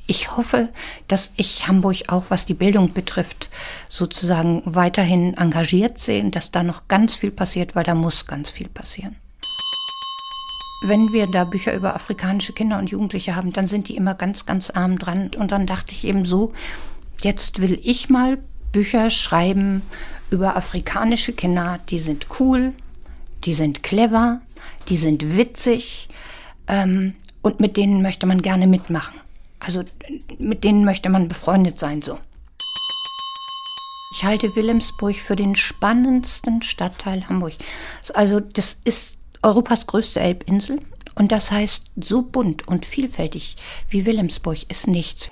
ich hoffe, dass ich Hamburg auch, was die Bildung betrifft, sozusagen weiterhin engagiert sehe, dass da noch ganz viel passiert, weil da muss ganz viel passieren. Wenn wir da Bücher über afrikanische Kinder und Jugendliche haben, dann sind die immer ganz, ganz arm dran. Und dann dachte ich eben so, jetzt will ich mal Bücher schreiben über afrikanische Kinder, die sind cool, die sind clever, die sind witzig und mit denen möchte man gerne mitmachen. Also mit denen möchte man befreundet sein, so. Ich halte Wilhelmsburg für den spannendsten Stadtteil Hamburg. Also das ist Europas größte Elbinsel und das heißt, so bunt und vielfältig wie Wilhelmsburg ist nichts.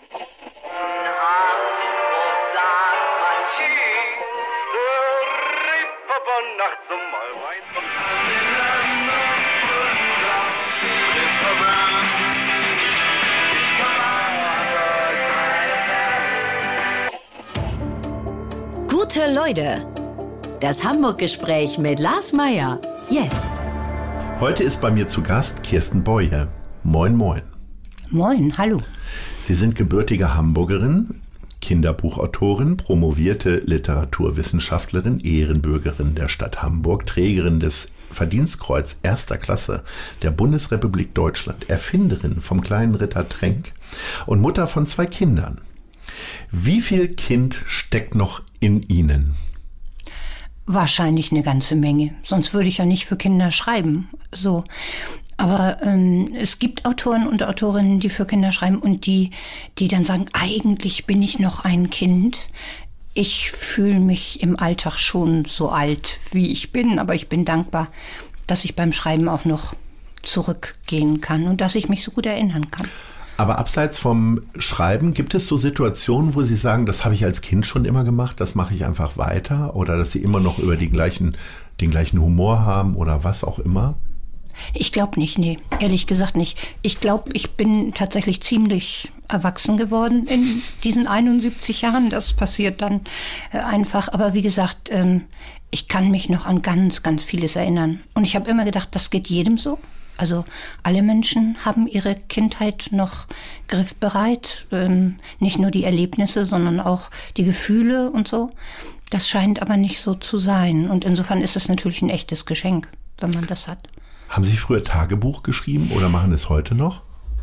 Gute Leute, das Hamburg-Gespräch mit Lars Meyer, jetzt. Heute ist bei mir zu Gast Kirsten Boye. Moin, moin. Moin, hallo. Sie sind gebürtige Hamburgerin, Kinderbuchautorin, promovierte Literaturwissenschaftlerin, Ehrenbürgerin der Stadt Hamburg, Trägerin des Verdienstkreuz erster Klasse der Bundesrepublik Deutschland, Erfinderin vom kleinen Ritter Trenck und Mutter von 2 Kindern. Wie viel Kind steckt noch in Ihnen? Wahrscheinlich eine ganze Menge. Sonst würde ich ja nicht für Kinder schreiben. So. Aber es gibt Autoren und Autorinnen, die für Kinder schreiben und die dann sagen, eigentlich bin ich noch ein Kind. Ich fühle mich im Alltag schon so alt, wie ich bin. Aber ich bin dankbar, dass ich beim Schreiben auch noch zurückgehen kann und dass ich mich so gut erinnern kann. Aber abseits vom Schreiben, gibt es so Situationen, wo Sie sagen, das habe ich als Kind schon immer gemacht, das mache ich einfach weiter? Oder dass Sie immer noch über den gleichen Humor haben oder was auch immer? Ich glaube nicht, nee, ehrlich gesagt nicht. Ich glaube, ich bin tatsächlich ziemlich erwachsen geworden in diesen 71 Jahren. Das passiert dann einfach. Aber wie gesagt, ich kann mich noch an ganz, ganz vieles erinnern. Und ich habe immer gedacht, das geht jedem so. Also alle Menschen haben ihre Kindheit noch griffbereit. Nicht nur die Erlebnisse, sondern auch die Gefühle und so. Das scheint aber nicht so zu sein. Und insofern ist es natürlich ein echtes Geschenk, wenn man das hat. Haben Sie früher Tagebuch geschrieben oder machen es heute noch?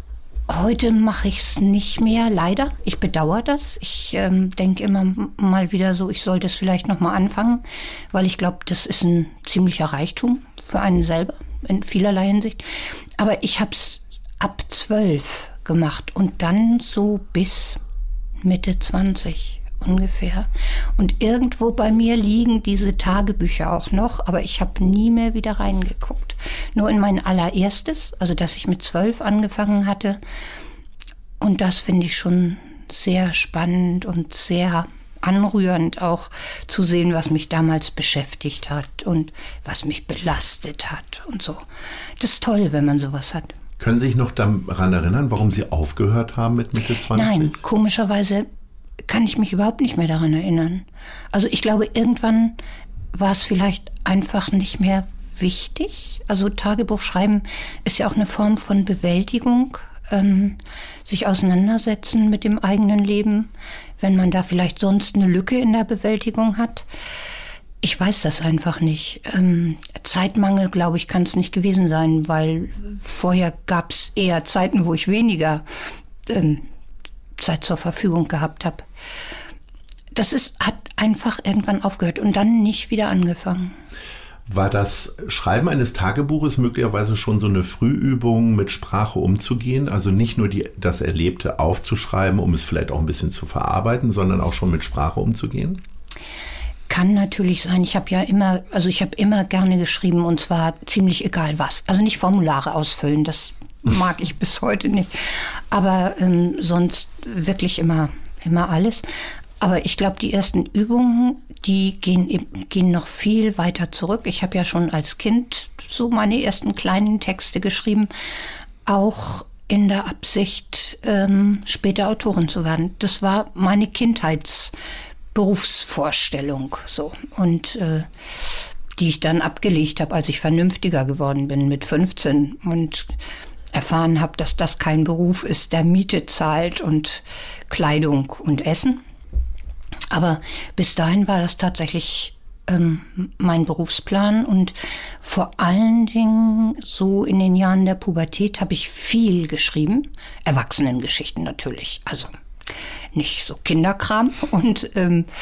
Heute mache ich es nicht mehr, leider. Ich bedauere das. Ich denke immer mal wieder so, ich sollte es vielleicht noch mal anfangen, weil ich glaube, das ist ein ziemlicher Reichtum für einen selber, in vielerlei Hinsicht. Aber ich habe es ab 12 gemacht und dann so bis Mitte 20 ungefähr. Und irgendwo bei mir liegen diese Tagebücher auch noch, aber ich habe nie mehr wieder reingeguckt. Nur in mein allererstes, also dass ich mit 12 angefangen hatte. Und das finde ich schon sehr spannend und sehr anrührend auch zu sehen, was mich damals beschäftigt hat und was mich belastet hat und so. Das ist toll, wenn man sowas hat. Können Sie sich noch daran erinnern, warum Sie aufgehört haben mit Mitte 20? Nein, komischerweise kann ich mich überhaupt nicht mehr daran erinnern. Also ich glaube, irgendwann war es vielleicht einfach nicht mehr wichtig. Also Tagebuch schreiben ist ja auch eine Form von Bewältigung, sich auseinandersetzen mit dem eigenen Leben, wenn man da vielleicht sonst eine Lücke in der Bewältigung hat. Ich weiß das einfach nicht. Zeitmangel, glaube ich, kann es nicht gewesen sein, weil vorher gab es eher Zeiten, wo ich weniger Zeit zur Verfügung gehabt habe. Hat einfach irgendwann aufgehört und dann nicht wieder angefangen. War das Schreiben eines Tagebuches möglicherweise schon so eine Frühübung, mit Sprache umzugehen? Also nicht nur das Erlebte aufzuschreiben, um es vielleicht auch ein bisschen zu verarbeiten, sondern auch schon mit Sprache umzugehen? Kann natürlich sein. Ich habe immer gerne geschrieben und zwar ziemlich egal was. Also nicht Formulare ausfüllen, das mag ich bis heute nicht. Aber sonst wirklich immer alles. Aber ich glaube, die ersten Übungen, die gehen noch viel weiter zurück. Ich habe ja schon als Kind so meine ersten kleinen Texte geschrieben, auch in der Absicht, später Autorin zu werden. Das war meine Kindheitsberufsvorstellung, so. Und die ich dann abgelegt habe, als ich vernünftiger geworden bin mit 15. Und erfahren habe, dass das kein Beruf ist, der Miete zahlt und Kleidung und Essen. Aber bis dahin war das tatsächlich mein Berufsplan und vor allen Dingen so in den Jahren der Pubertät habe ich viel geschrieben. Erwachsenengeschichten natürlich, also nicht so Kinderkram. Und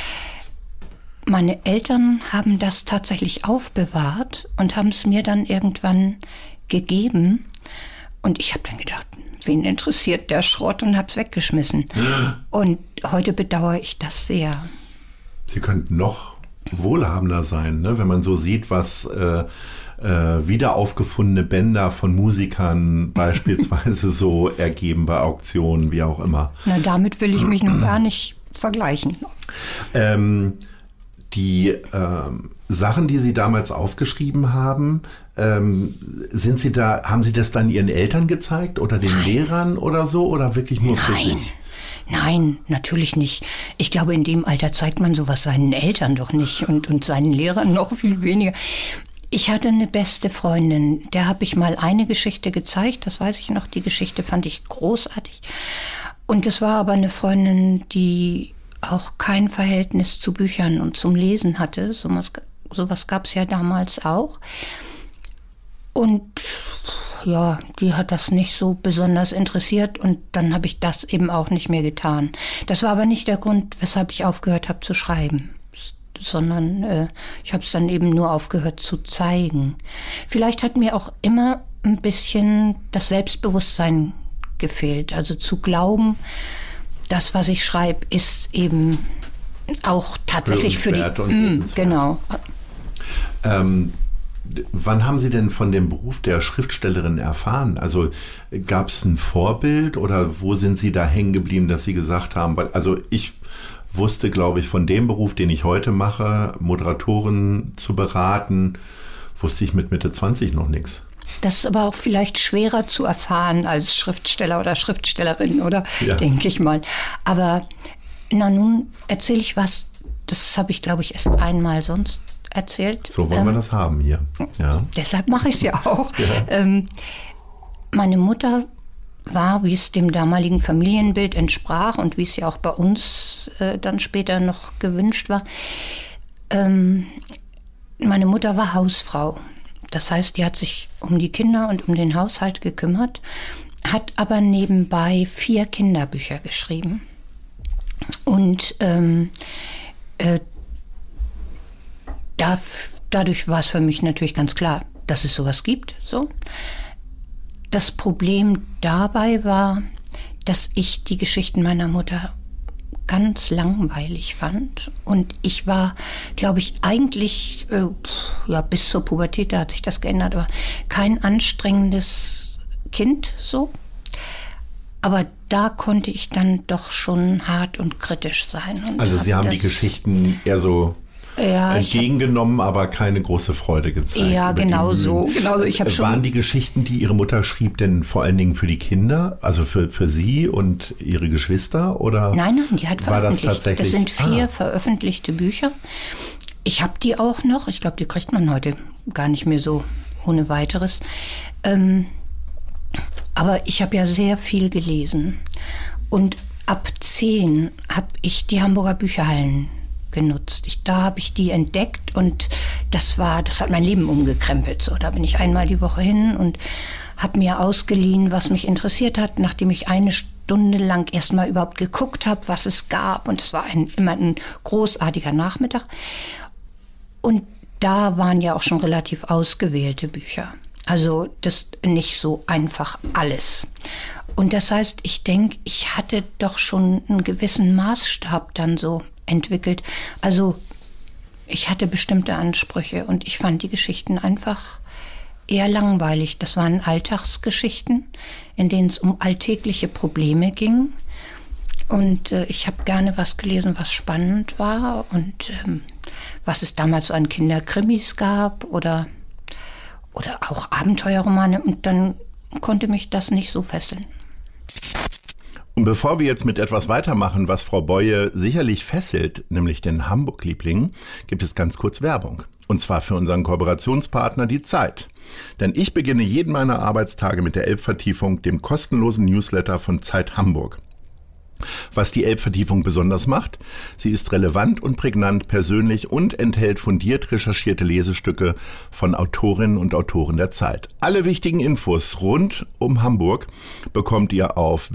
meine Eltern haben das tatsächlich aufbewahrt und haben es mir dann irgendwann gegeben. Und ich habe dann gedacht, wen interessiert der Schrott, und habe es weggeschmissen. Und heute bedauere ich das sehr. Sie könnten noch wohlhabender sein, ne? Wenn man so sieht, was wieder aufgefundene Bänder von Musikern beispielsweise so ergeben bei Auktionen, wie auch immer. Na, damit will ich mich nun gar nicht vergleichen. Die Sachen, die Sie damals aufgeschrieben haben, haben Sie das dann Ihren Eltern gezeigt oder den Lehrern oder so, oder wirklich nur für sich? Nein, natürlich nicht. Ich glaube, in dem Alter zeigt man sowas seinen Eltern doch nicht und seinen Lehrern noch viel weniger. Ich hatte eine beste Freundin, der habe ich mal eine Geschichte gezeigt, das weiß ich noch, die Geschichte fand ich großartig. Und es war aber eine Freundin, die auch kein Verhältnis zu Büchern und zum Lesen hatte. Sowas gab es ja damals auch. Und ja, die hat das nicht so besonders interessiert, und dann habe ich das eben auch nicht mehr getan. Das war aber nicht der Grund, weshalb ich aufgehört habe zu schreiben, sondern ich habe es dann eben nur aufgehört zu zeigen. Vielleicht hat mir auch immer ein bisschen das Selbstbewusstsein gefehlt, also zu glauben, das, was ich schreibe, ist eben auch tatsächlich für die... Genau. Wann haben Sie denn von dem Beruf der Schriftstellerin erfahren? Also gab es ein Vorbild oder wo sind Sie da hängen geblieben, dass Sie gesagt haben, also ich wusste, glaube ich, von dem Beruf, den ich heute mache, Moderatoren zu beraten, wusste ich mit Mitte 20 noch nichts. Das ist aber auch vielleicht schwerer zu erfahren als Schriftsteller oder Schriftstellerin, oder? Ja. Denke ich mal. Aber na nun erzähle ich was, das habe ich, glaube ich, erst einmal sonst erzählt. So wollen wir das haben hier. Ja. Deshalb mache ich es ja auch. Ja. Meine Mutter war, wie es dem damaligen Familienbild entsprach und wie es ja auch bei uns dann später noch gewünscht war, meine Mutter war Hausfrau. Das heißt, die hat sich um die Kinder und um den Haushalt gekümmert, hat aber nebenbei 4 Kinderbücher geschrieben. Und dadurch war es für mich natürlich ganz klar, dass es sowas gibt. So. Das Problem dabei war, dass ich die Geschichten meiner Mutter ganz langweilig fand. Und ich war, glaube ich, eigentlich, bis zur Pubertät, da hat sich das geändert, aber kein anstrengendes Kind so. Aber da konnte ich dann doch schon hart und kritisch sein. Und also Sie haben die Geschichten eher so entgegengenommen, aber keine große Freude gezeigt. Ja, genau so. Ich hab Waren die Geschichten, die Ihre Mutter schrieb, denn vor allen Dingen für die Kinder, also für Sie und Ihre Geschwister? Oder nein, die hat veröffentlicht. War das tatsächlich? Das sind 4 veröffentlichte Bücher. Ich habe die auch noch. Ich glaube, die kriegt man heute gar nicht mehr so ohne weiteres. Aber ich habe ja sehr viel gelesen. Und ab 10 habe ich die Hamburger Bücherhallen genutzt. Da habe ich die entdeckt und das hat mein Leben umgekrempelt. So, da bin ich einmal die Woche hin und habe mir ausgeliehen, was mich interessiert hat, nachdem ich eine Stunde lang erstmal überhaupt geguckt habe, was es gab. Und es war immer ein großartiger Nachmittag. Und da waren ja auch schon relativ ausgewählte Bücher. Also das nicht so einfach alles. Und das heißt, ich denke, ich hatte doch schon einen gewissen Maßstab dann so entwickelt. Also ich hatte bestimmte Ansprüche und ich fand die Geschichten einfach eher langweilig. Das waren Alltagsgeschichten, in denen es um alltägliche Probleme ging. Und ich habe gerne was gelesen, was spannend war und was es damals so an Kinderkrimis gab oder auch Abenteuerromane. Und dann konnte mich das nicht so fesseln. Und bevor wir jetzt mit etwas weitermachen, was Frau Boye sicherlich fesselt, nämlich den Hamburg-Liebling, gibt es ganz kurz Werbung. Und zwar für unseren Kooperationspartner die Zeit. Denn ich beginne jeden meiner Arbeitstage mit der Elbvertiefung, dem kostenlosen Newsletter von Zeit Hamburg. Was die Elbvertiefung besonders macht, sie ist relevant und prägnant, persönlich und enthält fundiert recherchierte Lesestücke von Autorinnen und Autoren der Zeit. Alle wichtigen Infos rund um Hamburg bekommt ihr auf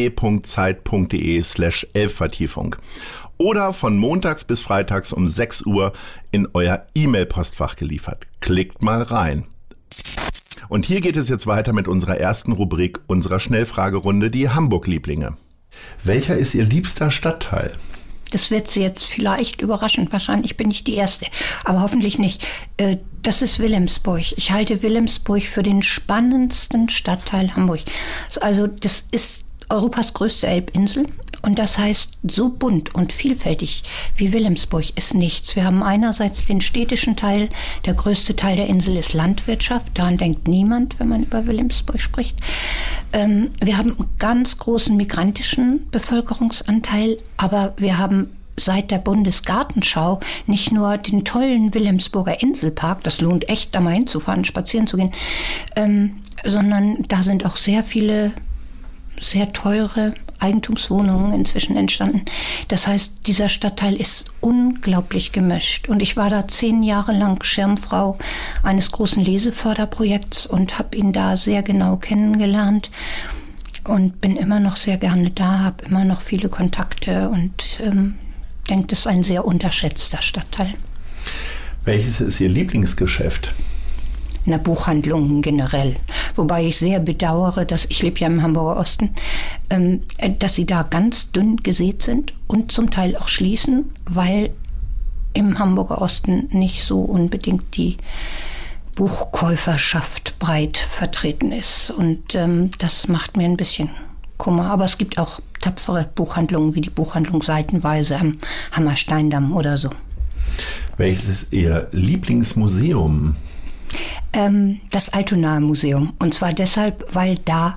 www.zeit.de/Elbvertiefung oder von montags bis freitags um 6 Uhr in euer E-Mail-Postfach geliefert. Klickt mal rein. Und hier geht es jetzt weiter mit unserer ersten Rubrik unserer Schnellfragerunde, die Hamburg-Lieblinge. Welcher ist Ihr liebster Stadtteil? Das wird Sie jetzt vielleicht überraschen. Wahrscheinlich bin ich die Erste, aber hoffentlich nicht. Das ist Wilhelmsburg. Ich halte Wilhelmsburg für den spannendsten Stadtteil Hamburg. Also das ist Europas größte Elbinsel und das heißt, so bunt und vielfältig wie Wilhelmsburg ist nichts. Wir haben einerseits den städtischen Teil, der größte Teil der Insel ist Landwirtschaft, daran denkt niemand, wenn man über Wilhelmsburg spricht. Wir haben einen ganz großen migrantischen Bevölkerungsanteil, aber wir haben seit der Bundesgartenschau nicht nur den tollen Wilhelmsburger Inselpark, das lohnt echt, da mal hinzufahren, spazieren zu gehen, sondern da sind auch sehr viele sehr teure Eigentumswohnungen inzwischen entstanden. Das heißt, dieser Stadtteil ist unglaublich gemischt. Und ich war da 10 Jahre lang Schirmfrau eines großen Leseförderprojekts und habe ihn da sehr genau kennengelernt und bin immer noch sehr gerne da, habe immer noch viele Kontakte und denke, das ist ein sehr unterschätzter Stadtteil. Welches ist Ihr Lieblingsgeschäft? In der Buchhandlung generell. Wobei ich sehr bedauere, ich lebe ja im Hamburger Osten, dass sie da ganz dünn gesät sind und zum Teil auch schließen, weil im Hamburger Osten nicht so unbedingt die Buchkäuferschaft breit vertreten ist. Und das macht mir ein bisschen Kummer. Aber es gibt auch tapfere Buchhandlungen, wie die Buchhandlung Seitenweise am Hammersteindamm oder so. Welches ist Ihr Lieblingsmuseum? Das Altonaer Museum. Und zwar deshalb, weil da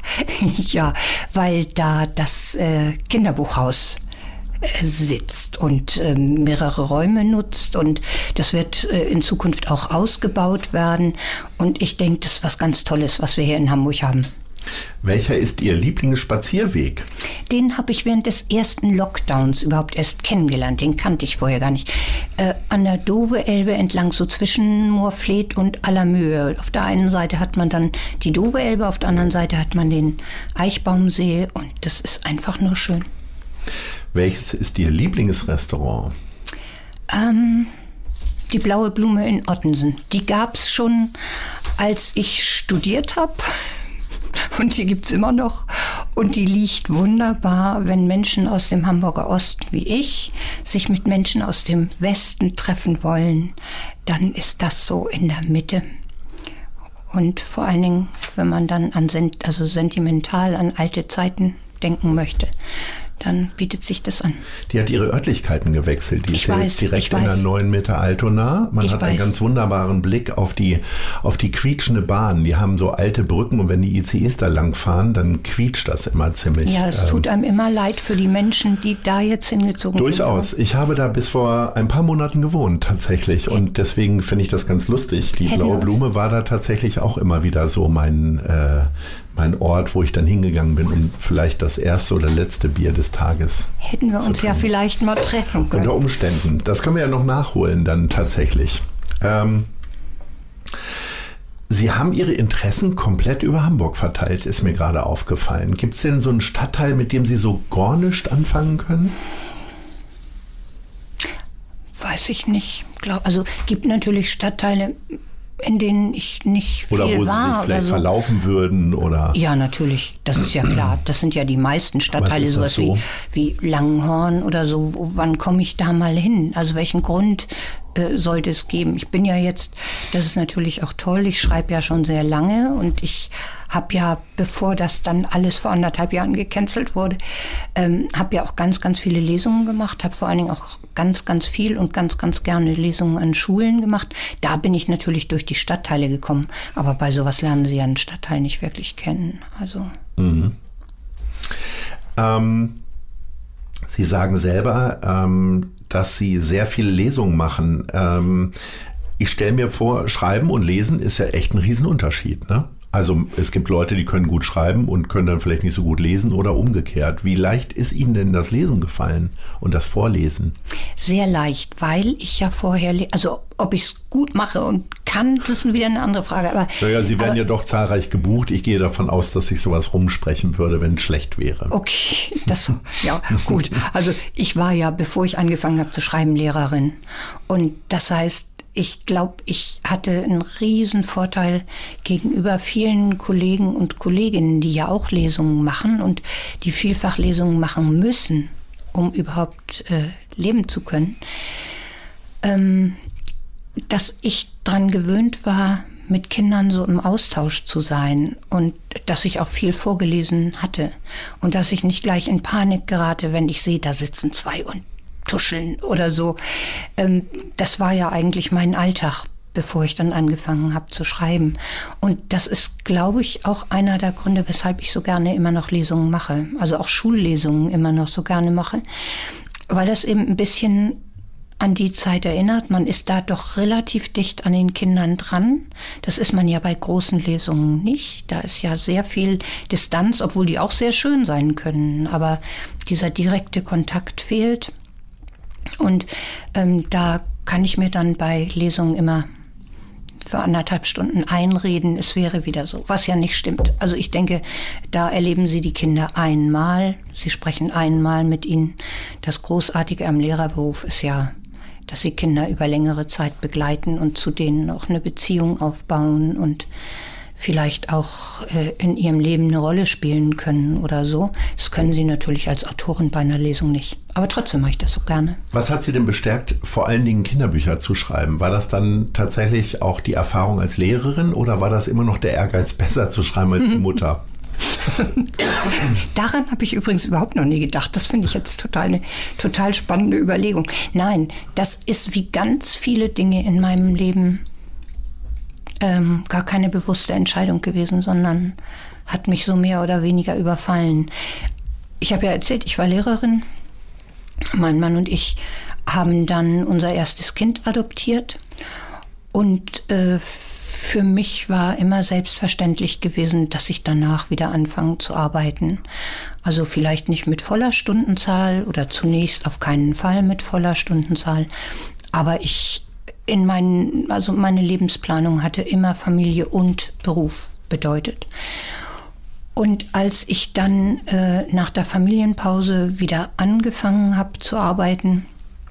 das Kinderbuchhaus sitzt und mehrere Räume nutzt. Und das wird in Zukunft auch ausgebaut werden. Und ich denke, das ist was ganz Tolles, was wir hier in Hamburg haben. Welcher ist Ihr Lieblingsspazierweg? Den habe ich während des ersten Lockdowns überhaupt erst kennengelernt. Den kannte ich vorher gar nicht. An der Dove-Elbe entlang, so zwischen Moorfleet und Allermöhe. Auf der einen Seite hat man dann die Dove-Elbe, auf der anderen Seite hat man den Eichbaumsee. Und das ist einfach nur schön. Welches ist Ihr Lieblingsrestaurant? Die Blaue Blume in Ottensen. Die gab es schon, als ich studiert habe. Und die gibt's immer noch. Und die liegt wunderbar, wenn Menschen aus dem Hamburger Osten wie ich sich mit Menschen aus dem Westen treffen wollen. Dann ist das so in der Mitte. Und vor allen Dingen, wenn man dann sentimental an alte Zeiten denken möchte, dann bietet sich das an. Die hat ihre Örtlichkeiten gewechselt. Die ist jetzt direkt in der neuen Mitte Altona. Man hat einen ganz wunderbaren Blick auf die quietschende Bahn. Die haben so alte Brücken und wenn die ICEs da lang fahren, dann quietscht das immer ziemlich. Ja, es tut einem immer leid für die Menschen, die da jetzt hingezogen sind. Durchaus. Ich habe da bis vor ein paar Monaten gewohnt tatsächlich und deswegen finde ich das ganz lustig. Die Blaue Blume war da tatsächlich auch immer wieder so mein Ort, wo ich dann hingegangen bin, um vielleicht das erste oder letzte Bier des Tages hätten wir uns ja vielleicht mal treffen können. Unter Umständen. Das können wir ja noch nachholen dann tatsächlich. Sie haben Ihre Interessen komplett über Hamburg verteilt, ist mir gerade aufgefallen. Gibt es denn so einen Stadtteil, mit dem Sie so gar nichts anfangen können? Weiß ich nicht. Also gibt natürlich Stadtteile, in denen ich nicht viel war. Oder wo Sie sich vielleicht verlaufen würden, oder? Ja, natürlich. Das ist ja klar. Das sind ja die meisten Stadtteile, sowas wie Langenhorn oder so. Wann komme ich da mal hin? Also welchen Grund sollte es geben? Ich bin ja jetzt, das ist natürlich auch toll, ich schreibe ja schon sehr lange und ich habe ja, bevor das dann alles vor 1,5 Jahren gecancelt wurde, habe ja auch ganz, ganz viele Lesungen gemacht, habe vor allen Dingen auch ganz, ganz viel und ganz, ganz gerne Lesungen an Schulen gemacht. Da bin ich natürlich durch die Stadtteile gekommen, aber bei sowas lernen Sie ja einen Stadtteil nicht wirklich kennen. Also. Sie sagen selber, dass Sie sehr viele Lesungen machen. Ich stelle mir vor, Schreiben und Lesen ist ja echt ein Riesenunterschied, ne? Also es gibt Leute, die können gut schreiben und können dann vielleicht nicht so gut lesen oder umgekehrt. Wie leicht ist Ihnen denn das Lesen gefallen und das Vorlesen? Sehr leicht, weil ich ja vorher, also ob ich es gut mache und kann, das ist wieder eine andere Frage. Aber, naja, Sie werden ja doch zahlreich gebucht. Ich gehe davon aus, dass ich sowas rumsprechen würde, wenn es schlecht wäre. Okay, ja, gut. Also ich war ja, bevor ich angefangen habe zu schreiben, Lehrerin. Und das heißt, ich glaube, ich hatte einen riesen Vorteil gegenüber vielen Kollegen und Kolleginnen, die ja auch Lesungen machen und die vielfach Lesungen machen müssen, um überhaupt leben zu können, dass ich dran gewöhnt war, mit Kindern so im Austausch zu sein und dass ich auch viel vorgelesen hatte und dass ich nicht gleich in Panik gerate, wenn ich sehe, da sitzen zwei und tuscheln oder so. Das war ja eigentlich mein Alltag, bevor ich dann angefangen habe zu schreiben. Und das ist, glaube ich, auch einer der Gründe, weshalb ich so gerne immer noch Lesungen mache. Also auch Schullesungen immer noch so gerne mache. Weil das eben ein bisschen an die Zeit erinnert. Man ist da doch relativ dicht an den Kindern dran. Das ist man ja bei großen Lesungen nicht. Da ist ja sehr viel Distanz, obwohl die auch sehr schön sein können. Aber dieser direkte Kontakt fehlt. Und da kann ich mir dann bei Lesungen immer für 1,5 Stunden einreden, es wäre wieder so, was ja nicht stimmt. Also ich denke, da erleben Sie die Kinder einmal, Sie sprechen einmal mit ihnen. Das Großartige am Lehrerberuf ist ja, dass Sie Kinder über längere Zeit begleiten und zu denen auch eine Beziehung aufbauen und vielleicht auch in ihrem Leben eine Rolle spielen können oder so. Das können Sie natürlich als Autorin bei einer Lesung nicht. Aber trotzdem mache ich das so gerne. Was hat Sie denn bestärkt, vor allen Dingen Kinderbücher zu schreiben? War das dann tatsächlich auch die Erfahrung als Lehrerin oder war das immer noch der Ehrgeiz, besser zu schreiben als die Mutter? Daran habe ich übrigens überhaupt noch nie gedacht. Das finde ich jetzt eine total spannende Überlegung. Nein, das ist wie ganz viele Dinge in meinem Leben gar keine bewusste Entscheidung gewesen, sondern hat mich so mehr oder weniger überfallen. Ich habe ja erzählt, ich war Lehrerin. Mein Mann und ich haben dann unser erstes Kind adoptiert. Und für mich war immer selbstverständlich gewesen, dass ich danach wieder anfange zu arbeiten. Also vielleicht nicht mit voller Stundenzahl oder zunächst auf keinen Fall mit voller Stundenzahl. Aber meine Lebensplanung hatte immer Familie und Beruf bedeutet. Und als ich dann nach der Familienpause wieder angefangen habe zu arbeiten,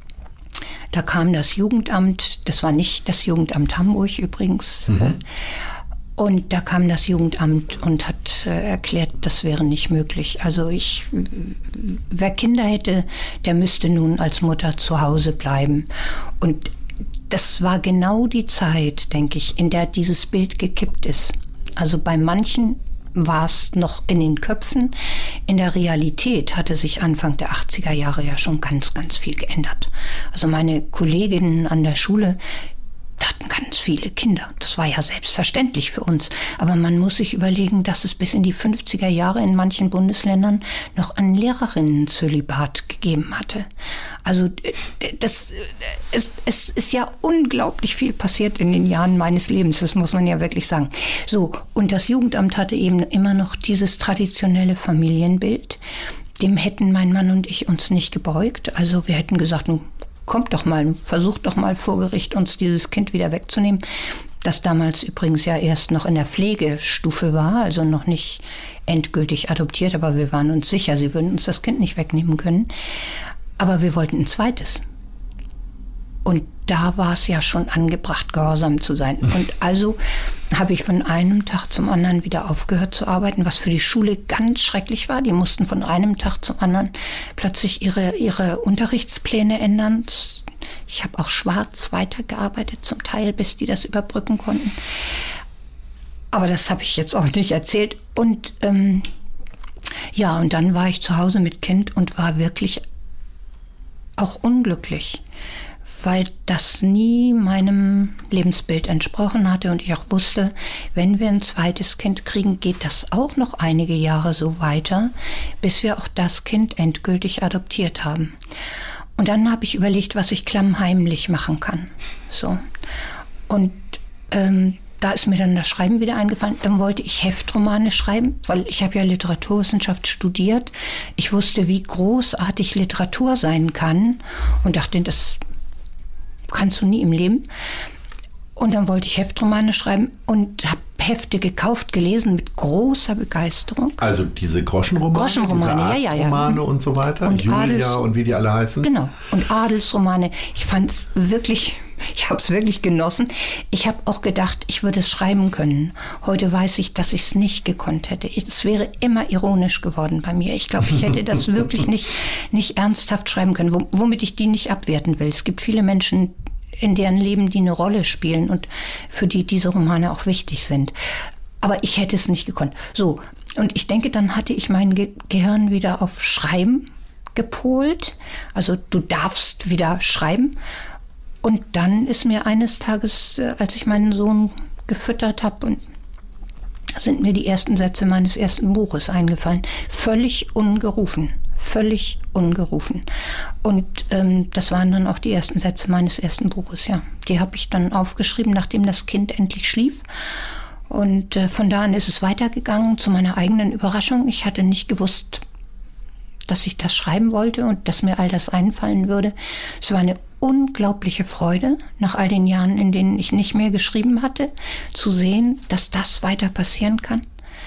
da kam das Jugendamt, das war nicht das Jugendamt Hamburg übrigens, und da kam das Jugendamt und hat erklärt, das wäre nicht möglich. Also wer Kinder hätte, der müsste nun als Mutter zu Hause bleiben. Und das war genau die Zeit, denke ich, in der dieses Bild gekippt ist. Also bei manchen war es noch in den Köpfen. In der Realität hatte sich Anfang der 80er Jahre ja schon ganz, ganz viel geändert. Also meine Kolleginnen an der Schule hatten ganz viele Kinder. Das war ja selbstverständlich für uns. Aber man muss sich überlegen, dass es bis in die 50er Jahre in manchen Bundesländern noch ein Lehrerinnenzölibat gegeben hatte. Also es ist ja unglaublich viel passiert in den Jahren meines Lebens, das muss man ja wirklich sagen. So, und das Jugendamt hatte eben immer noch dieses traditionelle Familienbild. Dem hätten mein Mann und ich uns nicht gebeugt. Also wir hätten gesagt, nun kommt doch mal, versucht doch mal vor Gericht, uns dieses Kind wieder wegzunehmen. Das damals übrigens ja erst noch in der Pflegestufe war, also noch nicht endgültig adoptiert, aber wir waren uns sicher, sie würden uns das Kind nicht wegnehmen können. Aber wir wollten ein zweites. Und da war es ja schon angebracht, gehorsam zu sein. Und also habe ich von einem Tag zum anderen wieder aufgehört zu arbeiten, was für die Schule ganz schrecklich war. Die mussten von einem Tag zum anderen plötzlich ihre Unterrichtspläne ändern. Ich habe auch schwarz weitergearbeitet zum Teil, bis die das überbrücken konnten. Aber das habe ich jetzt auch nicht erzählt. Und ja, und dann war ich zu Hause mit Kind und war wirklich auch unglücklich, weil das nie meinem Lebensbild entsprochen hatte und ich auch wusste, wenn wir ein zweites Kind kriegen, geht das auch noch einige Jahre so weiter, bis wir auch das Kind endgültig adoptiert haben. Und dann habe ich überlegt, was ich klammheimlich machen kann. So. Und da ist mir dann das Schreiben wieder eingefallen. Dann wollte ich Heftromane schreiben, weil ich habe ja Literaturwissenschaft studiert. Ich wusste, wie großartig Literatur sein kann und dachte, das kannst du nie im Leben. Und dann wollte ich Heftromane schreiben und habe Hefte gekauft, gelesen mit großer Begeisterung. Also diese Groschenromane, diese Arztromane und so weiter, und Julia und wie die alle heißen. Genau, und Adelsromane. Ich fand's wirklich, ich habe es wirklich genossen. Ich habe auch gedacht, ich würde es schreiben können. Heute weiß ich, dass ich es nicht gekonnt hätte. Es wäre immer ironisch geworden bei mir. Ich glaube, ich hätte das wirklich nicht ernsthaft schreiben können, womit ich die nicht abwerten will. Es gibt viele Menschen, in deren Leben die eine Rolle spielen und für die diese Romane auch wichtig sind. Aber ich hätte es nicht gekonnt. So, und ich denke, dann hatte ich mein Gehirn wieder auf Schreiben gepolt. Also du darfst wieder schreiben. Und dann ist mir eines Tages, als ich meinen Sohn gefüttert habe, sind mir die ersten Sätze meines ersten Buches eingefallen. Völlig ungerufen. Und das waren dann auch die ersten Sätze meines ersten Buches, ja. Die habe ich dann aufgeschrieben, nachdem das Kind endlich schlief. Und von da an ist es weitergegangen, zu meiner eigenen Überraschung. Ich hatte nicht gewusst, dass ich das schreiben wollte und dass mir all das einfallen würde. Es war eine unglaubliche Freude, nach all den Jahren, in denen ich nicht mehr geschrieben hatte, zu sehen, dass das weiter passieren kann.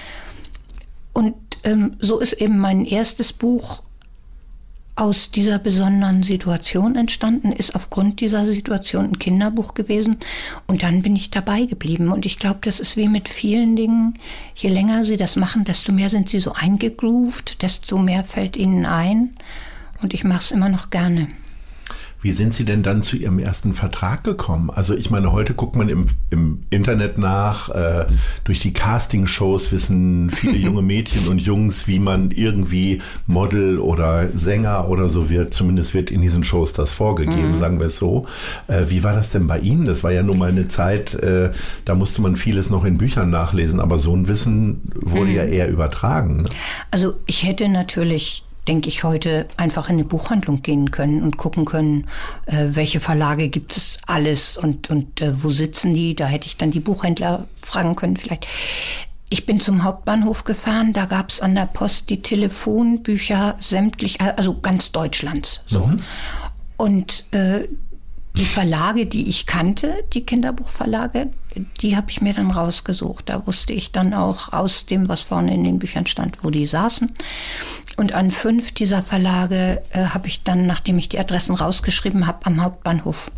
Und so ist eben mein erstes Buch aus dieser besonderen Situation entstanden, ist aufgrund dieser Situation ein Kinderbuch gewesen und dann bin ich dabei geblieben. Und ich glaube, das ist wie mit vielen Dingen, je länger sie das machen, desto mehr sind sie so eingegroovt, desto mehr fällt ihnen ein und ich mache es immer noch gerne. Wie sind Sie denn dann zu Ihrem ersten Vertrag gekommen? Also ich meine, heute guckt man im Internet nach, durch die Castingshows wissen viele junge Mädchen und Jungs, wie man irgendwie Model oder Sänger oder so wird. Zumindest wird in diesen Shows das vorgegeben, sagen wir es so. Wie war das denn bei Ihnen? Das war ja nun mal eine Zeit, da musste man vieles noch in Büchern nachlesen, aber so ein Wissen wurde ja eher übertragen. Ne? Also ich hätte natürlich, denke ich, heute einfach in eine Buchhandlung gehen können und gucken können, welche Verlage gibt es alles und wo sitzen die. Da hätte ich dann die Buchhändler fragen können vielleicht. Ich bin zum Hauptbahnhof gefahren, da gab es an der Post die Telefonbücher sämtlich, also ganz Deutschlands. So. Und die Verlage, die ich kannte, die Kinderbuchverlage, die habe ich mir dann rausgesucht. Da wusste ich dann auch aus dem, was vorne in den Büchern stand, wo die saßen. Und an 5 dieser Verlage habe ich dann, nachdem ich die Adressen rausgeschrieben habe, am Hauptbahnhof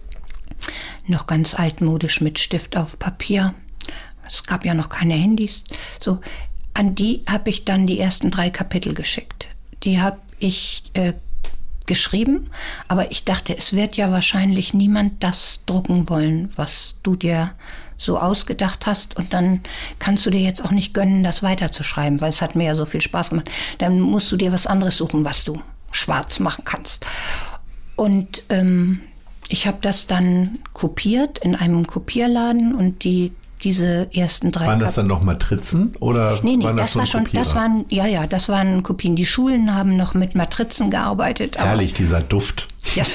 noch ganz altmodisch mit Stift auf Papier. Es gab ja noch keine Handys. So, an die habe ich dann die ersten 3 Kapitel geschickt. Die habe ich geschrieben, aber ich dachte, es wird ja wahrscheinlich niemand das drucken wollen, was du dir so ausgedacht hast und dann kannst du dir jetzt auch nicht gönnen, das weiterzuschreiben, weil es hat mir ja so viel Spaß gemacht. Dann musst du dir was anderes suchen, was du schwarz machen kannst. Und ich habe das dann kopiert in einem Kopierladen und diese ersten 3 Waren das dann noch Matrizen oder nee, waren das war schon, das waren Kopien. Die Schulen haben noch mit Matrizen gearbeitet. Herrlich, dieser Duft.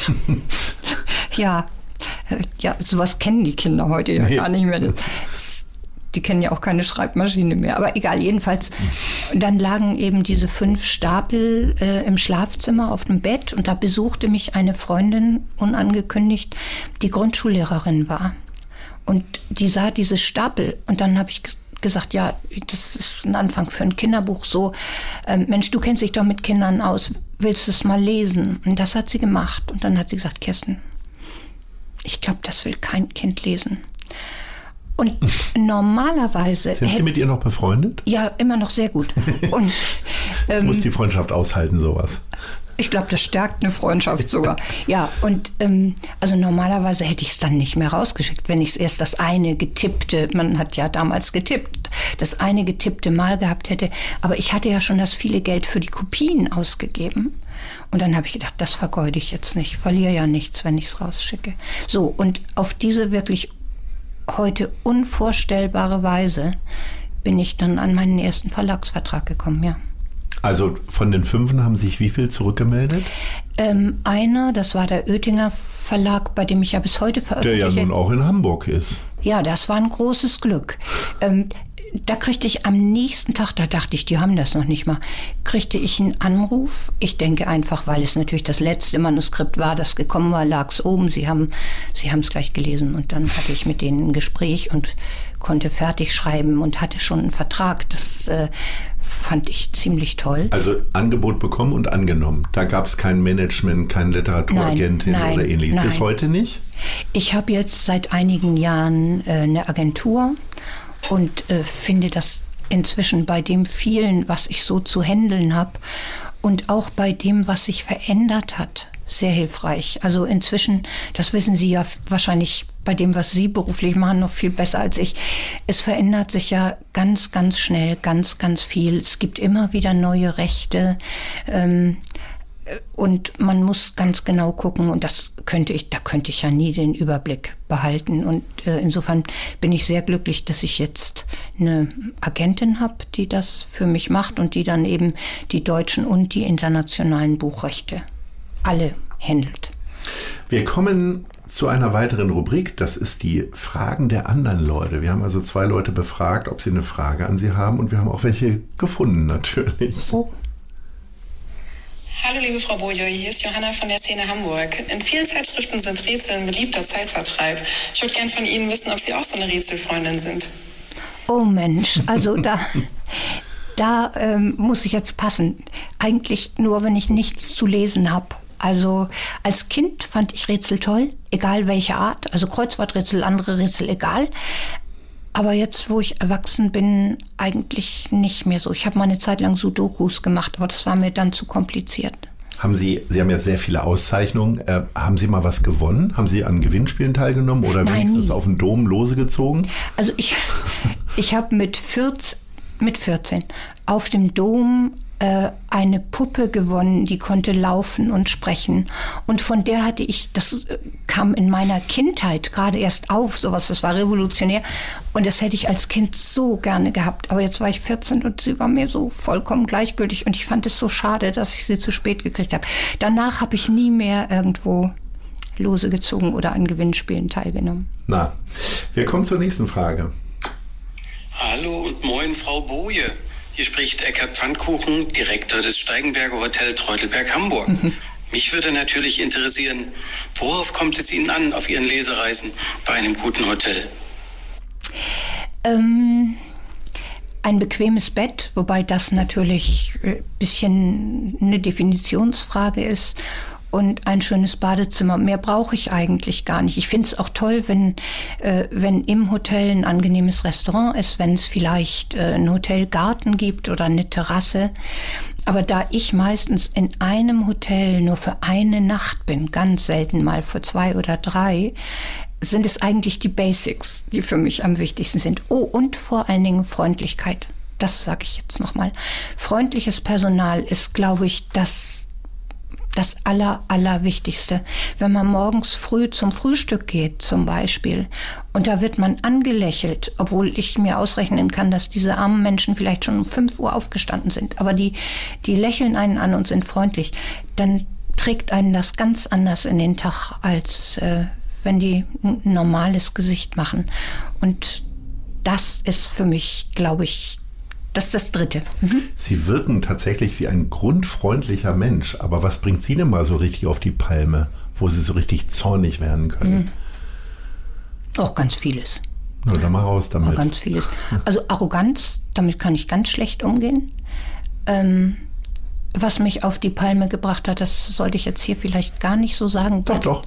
Ja, sowas kennen die Kinder heute ja gar nicht mehr. Die kennen ja auch keine Schreibmaschine mehr. Aber egal, jedenfalls. Dann lagen eben diese 5 Stapel im Schlafzimmer auf dem Bett und da besuchte mich eine Freundin unangekündigt, die Grundschullehrerin war. Und die sah diese Stapel und dann habe ich gesagt, ja, das ist ein Anfang für ein Kinderbuch so. Mensch, du kennst dich doch mit Kindern aus, willst du es mal lesen? Und das hat sie gemacht. Und dann hat sie gesagt, Kerstin, ich glaube, das will kein Kind lesen. Und normalerweise... Sind Sie mit ihr noch befreundet? Ja, immer noch sehr gut. Und, das muss die Freundschaft aushalten, sowas. Ich glaube, das stärkt eine Freundschaft sogar. Ja, und also normalerweise hätte ich es dann nicht mehr rausgeschickt, wenn ich es erst das eine getippte, man hat ja damals getippt, das eine getippte Mal gehabt hätte. Aber ich hatte ja schon das viele Geld für die Kopien ausgegeben. Und dann habe ich gedacht, das vergeude ich jetzt nicht. Verliere ja nichts, wenn ich es rausschicke. So, und auf diese wirklich heute unvorstellbare Weise bin ich dann an meinen ersten Verlagsvertrag gekommen, ja. Also von den 5 haben sich wie viel zurückgemeldet? Einer, das war der Oettinger Verlag, bei dem ich ja bis heute veröffentliche. Der ja nun auch in Hamburg ist. Ja, das war ein großes Glück. Da kriegte ich am nächsten Tag, da dachte ich, die haben das noch nicht mal, kriegte ich einen Anruf. Ich denke einfach, weil es natürlich das letzte Manuskript war, das gekommen war, lag es oben. Sie haben es gleich gelesen und dann hatte ich mit denen ein Gespräch und konnte fertig schreiben und hatte schon einen Vertrag. Das fand ich ziemlich toll. Also Angebot bekommen und angenommen. Da gab es kein Management, keine Literaturagentin oder ähnliches. Bis heute nicht? Ich habe jetzt seit einigen Jahren eine Agentur und finde das inzwischen bei dem vielen, was ich so zu handeln habe und auch bei dem, was sich verändert hat, sehr hilfreich. Also inzwischen, das wissen Sie ja wahrscheinlich bei dem, was Sie beruflich machen, noch viel besser als ich. Es verändert sich ja ganz, ganz schnell, ganz, ganz viel. Es gibt immer wieder neue Rechte. Und man muss ganz genau gucken und da könnte ich ja nie den Überblick behalten und insofern bin ich sehr glücklich, dass ich jetzt eine Agentin habe, die das für mich macht und die dann eben die deutschen und die internationalen Buchrechte alle handelt. Wir kommen zu einer weiteren Rubrik, das ist die Fragen der anderen Leute. Wir haben also 2 Leute befragt, ob sie eine Frage an sie haben und wir haben auch welche gefunden natürlich. Oh. Hallo liebe Frau Boje, hier ist Johanna von der Szene Hamburg. In vielen Zeitschriften sind Rätsel ein beliebter Zeitvertreib. Ich würde gern von Ihnen wissen, ob Sie auch so eine Rätselfreundin sind. Oh Mensch, also da muss ich jetzt passen. Eigentlich nur, wenn ich nichts zu lesen habe. Also als Kind fand ich Rätsel toll, egal welche Art. Also Kreuzworträtsel, andere Rätsel, egal. Aber jetzt, wo ich erwachsen bin, eigentlich nicht mehr so. Ich habe mal eine Zeit lang Sudokus gemacht, aber das war mir dann zu kompliziert. Sie haben ja sehr viele Auszeichnungen. Haben Sie mal was gewonnen? Haben Sie an Gewinnspielen teilgenommen oder wenigstens auf dem Dom Lose gezogen? Also ich habe mit 14 auf dem Dom eine Puppe gewonnen, die konnte laufen und sprechen. Und von der hatte ich, das kam in meiner Kindheit gerade erst auf, sowas, das war revolutionär. Und das hätte ich als Kind so gerne gehabt. Aber jetzt war ich 14 und sie war mir so vollkommen gleichgültig. Und ich fand es so schade, dass ich sie zu spät gekriegt habe. Danach habe ich nie mehr irgendwo Lose gezogen oder an Gewinnspielen teilgenommen. Na, wir kommen zur nächsten Frage. Hallo und moin, Frau Boje. Hier spricht Eckhard Pfannkuchen, Direktor des Steigenberger Hotel Treutelberg Hamburg. Mich würde natürlich interessieren, worauf kommt es Ihnen an auf Ihren Lesereisen bei einem guten Hotel? Ein bequemes Bett, wobei das natürlich ein bisschen eine Definitionsfrage ist. Und ein schönes Badezimmer. Mehr brauche ich eigentlich gar nicht. Ich finde es auch toll, wenn im Hotel ein angenehmes Restaurant ist, wenn es vielleicht einen Hotelgarten gibt oder eine Terrasse. Aber da ich meistens in einem Hotel nur für eine Nacht bin, ganz selten mal für 2 oder 3, sind es eigentlich die Basics, die für mich am wichtigsten sind. Oh, und vor allen Dingen Freundlichkeit. Das sage ich jetzt nochmal. Freundliches Personal ist, glaube ich, das Allerwichtigste. Wenn man morgens früh zum Frühstück geht zum Beispiel und da wird man angelächelt, obwohl ich mir ausrechnen kann, dass diese armen Menschen vielleicht schon um 5 Uhr aufgestanden sind, aber die lächeln einen an und sind freundlich, dann trägt einen das ganz anders in den Tag, als wenn die ein normales Gesicht machen. Und das ist für mich, glaube ich, das ist das Dritte. Sie wirken tatsächlich wie ein grundfreundlicher Mensch. Aber was bringt Sie denn mal so richtig auf die Palme, wo Sie so richtig zornig werden können? Auch ganz vieles. Na, dann mal raus damit. Auch ganz vieles. Also Arroganz, damit kann ich ganz schlecht umgehen. Was mich auf die Palme gebracht hat, das sollte ich jetzt hier vielleicht gar nicht so sagen. Doch.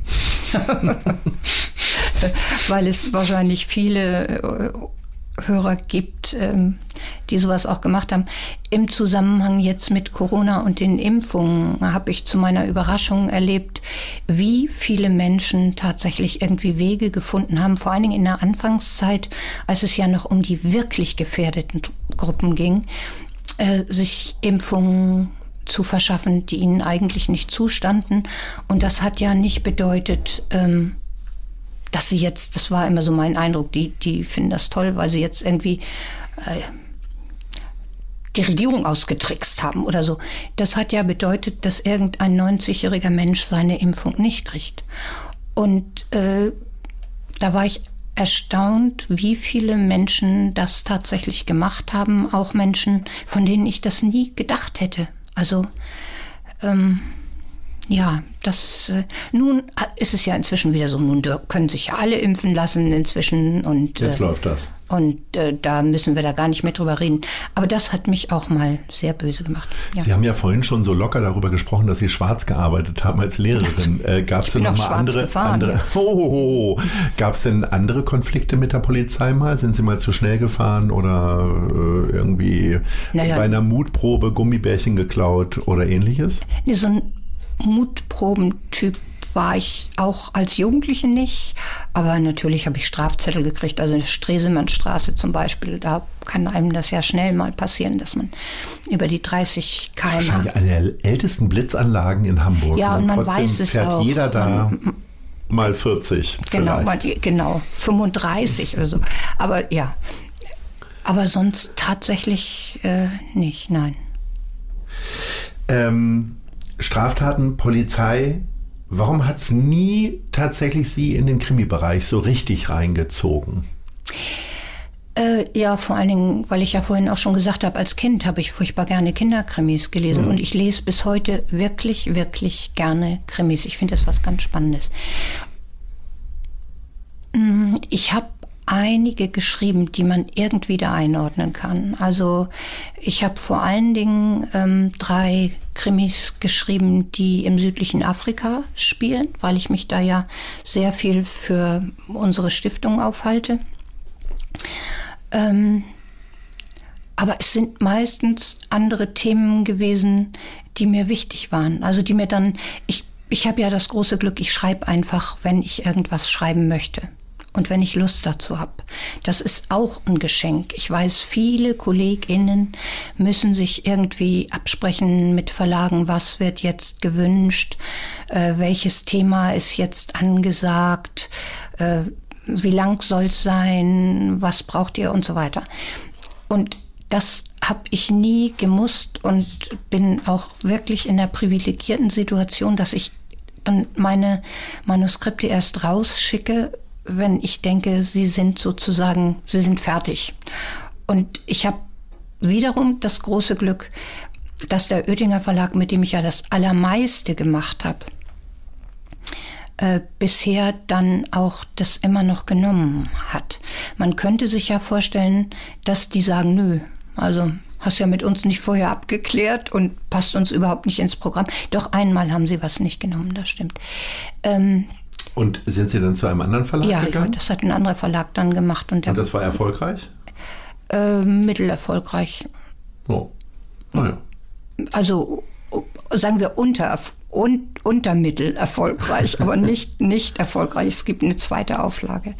Weil es wahrscheinlich viele Hörer gibt, die sowas auch gemacht haben. Im Zusammenhang jetzt mit Corona und den Impfungen habe ich zu meiner Überraschung erlebt, wie viele Menschen tatsächlich irgendwie Wege gefunden haben, vor allen Dingen in der Anfangszeit, als es ja noch um die wirklich gefährdeten Gruppen ging, sich Impfungen zu verschaffen, die ihnen eigentlich nicht zustanden. Und das hat ja nicht bedeutet, dass sie jetzt, das war immer so mein Eindruck, die finden das toll, weil sie jetzt irgendwie die Regierung ausgetrickst haben oder so. Das hat ja bedeutet, dass irgendein 90-jähriger Mensch seine Impfung nicht kriegt. Und da war ich erstaunt, wie viele Menschen das tatsächlich gemacht haben. Auch Menschen, von denen ich das nie gedacht hätte. Also, ja, nun ist es ja inzwischen wieder so, nun können sich ja alle impfen lassen inzwischen. Und jetzt läuft das. Und da müssen wir da gar nicht mehr drüber reden. Aber das hat mich auch mal sehr böse gemacht. Ja. Sie haben ja vorhin schon so locker darüber gesprochen, dass Sie schwarz gearbeitet haben als Lehrerin. Gab es denn noch mal andere? Gab es denn andere Konflikte mit der Polizei mal? Sind Sie mal zu schnell gefahren oder irgendwie bei einer Mutprobe Gummibärchen geklaut oder ähnliches? Nee, so ein Mutprobentyp war ich auch als Jugendliche nicht, aber natürlich habe ich Strafzettel gekriegt, also in der Stresemannstraße zum Beispiel, da kann einem das ja schnell mal passieren, dass man über die 30 km/h... Das ist wahrscheinlich eine der ältesten Blitzanlagen in Hamburg. Ja, und man weiß es fährt auch. Jeder da mal 40 Genau, 35 oder so, aber ja, aber sonst tatsächlich nicht, nein. Straftaten, Polizei, warum hat es nie tatsächlich Sie in den Krimi-Bereich so richtig reingezogen? Ja, vor allen Dingen, weil ich ja vorhin auch schon gesagt habe, als Kind habe ich furchtbar gerne Kinderkrimis gelesen. Und ich lese bis heute wirklich, wirklich gerne Krimis. Ich finde das was ganz Spannendes. Ich habe einige geschrieben, die man irgendwie da einordnen kann. Also ich habe vor allen Dingen 3 Krimis geschrieben, die im südlichen Afrika spielen, weil ich mich da ja sehr viel für unsere Stiftung aufhalte. Aber es sind meistens andere Themen gewesen, die mir wichtig waren. Also die mir dann, ich habe ja das große Glück, ich schreibe einfach, wenn ich irgendwas schreiben möchte. Und wenn ich Lust dazu habe. Das ist auch ein Geschenk. Ich weiß, viele KollegInnen müssen sich irgendwie absprechen mit Verlagen, was wird jetzt gewünscht, welches Thema ist jetzt angesagt, wie lang soll es sein, was braucht ihr und so weiter. Und das habe ich nie gemusst und bin auch wirklich in der privilegierten Situation, dass ich dann meine Manuskripte erst rausschicke, wenn ich denke, sie sind fertig. Und ich habe wiederum das große Glück, dass der Oetinger Verlag, mit dem ich ja das Allermeiste gemacht habe, bisher dann auch das immer noch genommen hat. Man könnte sich ja vorstellen, dass die sagen, nö, also hast ja mit uns nicht vorher abgeklärt und passt uns überhaupt nicht ins Programm. Doch einmal haben sie was nicht genommen, das stimmt. Und sind Sie dann zu einem anderen Verlag gegangen? Ja, das hat ein anderer Verlag dann gemacht. Und das war erfolgreich? Mittelerfolgreich. Oh, naja. Also sagen wir untermittel erfolgreich, aber nicht erfolgreich. Es gibt eine zweite Auflage.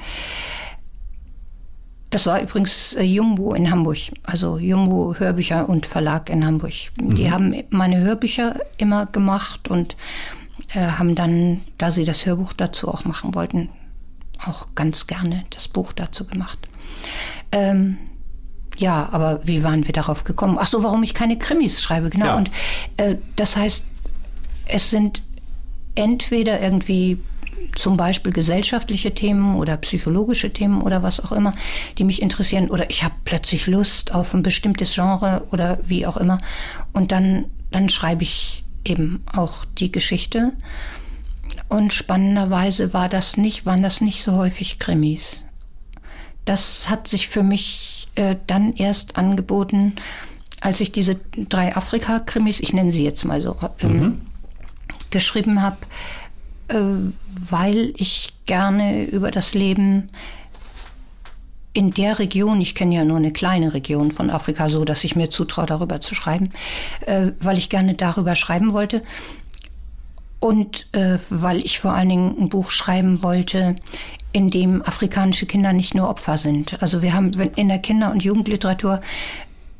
Das war übrigens Jumbo in Hamburg, also Jumbo Hörbücher und Verlag in Hamburg. Die haben meine Hörbücher immer gemacht und haben dann, da sie das Hörbuch dazu auch machen wollten, auch ganz gerne das Buch dazu gemacht. Ja, aber wie waren wir darauf gekommen? Ach so, warum ich keine Krimis schreibe, genau. Ja. Und das heißt, es sind entweder irgendwie zum Beispiel gesellschaftliche Themen oder psychologische Themen oder was auch immer, die mich interessieren. Oder ich habe plötzlich Lust auf ein bestimmtes Genre oder wie auch immer. Und dann schreibe ich eben auch die Geschichte. Und spannenderweise waren das nicht so häufig Krimis. Das hat sich für mich dann erst angeboten, als ich diese 3 Afrika-Krimis, ich nenne sie jetzt mal so, geschrieben habe, weil ich gerne über das Leben in der Region, ich kenne ja nur eine kleine Region von Afrika, so dass ich mir zutraue, darüber zu schreiben, weil ich gerne darüber schreiben wollte und weil ich vor allen Dingen ein Buch schreiben wollte, in dem afrikanische Kinder nicht nur Opfer sind. Also wir haben in der Kinder- und Jugendliteratur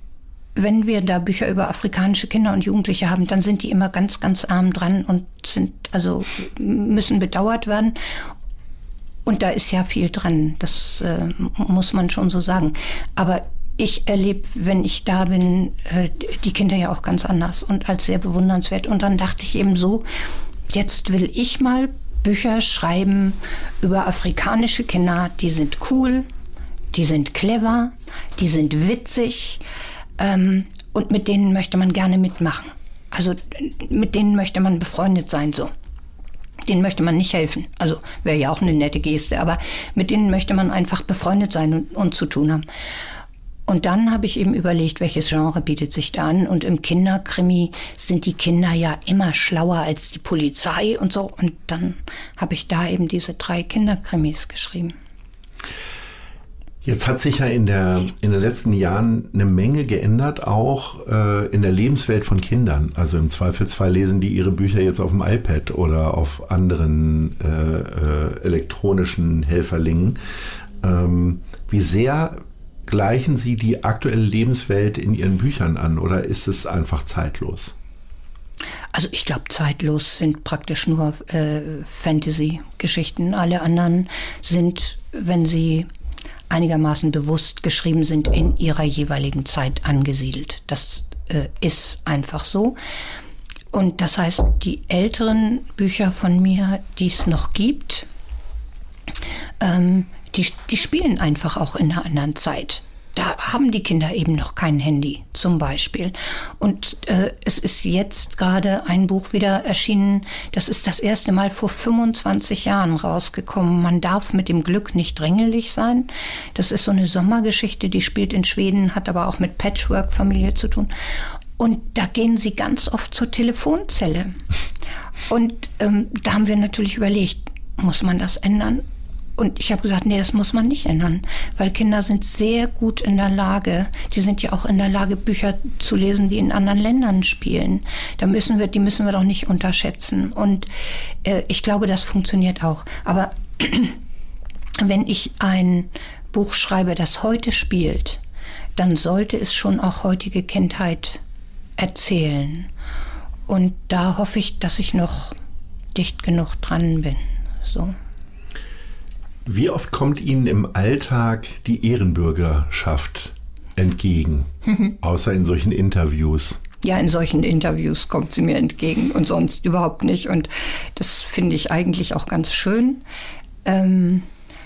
wenn wir da Bücher über afrikanische Kinder und Jugendliche haben, dann sind die immer ganz, ganz arm dran und müssen bedauert werden. Und da ist ja viel dran, das muss man schon so sagen. Aber ich erlebe, wenn ich da bin, die Kinder ja auch ganz anders und als sehr bewundernswert. Und dann dachte ich eben so, jetzt will ich mal Bücher schreiben über afrikanische Kinder, die sind cool, die sind clever, die sind witzig, und mit denen möchte man gerne mitmachen. Also mit denen möchte man befreundet sein, so. Denen möchte man nicht helfen. Also wäre ja auch eine nette Geste, aber mit denen möchte man einfach befreundet sein und zu tun haben. Und dann habe ich eben überlegt, welches Genre bietet sich da an. Und im Kinderkrimi sind die Kinder ja immer schlauer als die Polizei und so. Und dann habe ich da eben diese 3 Kinderkrimis geschrieben. Jetzt hat sich ja in den letzten Jahren eine Menge geändert, auch in der Lebenswelt von Kindern. Also im Zweifelsfall lesen die ihre Bücher jetzt auf dem iPad oder auf anderen elektronischen Helferlingen. Wie sehr gleichen Sie die aktuelle Lebenswelt in Ihren Büchern an oder ist es einfach zeitlos? Also ich glaube, zeitlos sind praktisch nur Fantasy-Geschichten. Alle anderen sind, wenn sie einigermaßen bewusst geschrieben sind, in ihrer jeweiligen Zeit angesiedelt. Das ist einfach so. Und das heißt, die älteren Bücher von mir, die es noch gibt, die spielen einfach auch in einer anderen Zeit. Da haben die Kinder eben noch kein Handy, zum Beispiel. Und es ist jetzt gerade ein Buch wieder erschienen, das ist das erste Mal vor 25 Jahren rausgekommen. Man darf mit dem Glück nicht drängelig sein. Das ist so eine Sommergeschichte, die spielt in Schweden, hat aber auch mit Patchwork-Familie zu tun. Und da gehen sie ganz oft zur Telefonzelle. Und da haben wir natürlich überlegt, muss man das ändern? Und ich habe gesagt, nee, das muss man nicht ändern, weil Kinder sind sehr gut in der Lage, die sind ja auch in der Lage, Bücher zu lesen, die in anderen Ländern spielen. Die müssen wir doch nicht unterschätzen. Und ich glaube, das funktioniert auch. Aber wenn ich ein Buch schreibe, das heute spielt, dann sollte es schon auch heutige Kindheit erzählen. Und da hoffe ich, dass ich noch dicht genug dran bin. So. Wie oft kommt Ihnen im Alltag die Ehrenbürgerschaft entgegen, außer in solchen Interviews? Ja, in solchen Interviews kommt sie mir entgegen und sonst überhaupt nicht. Und das finde ich eigentlich auch ganz schön. Sie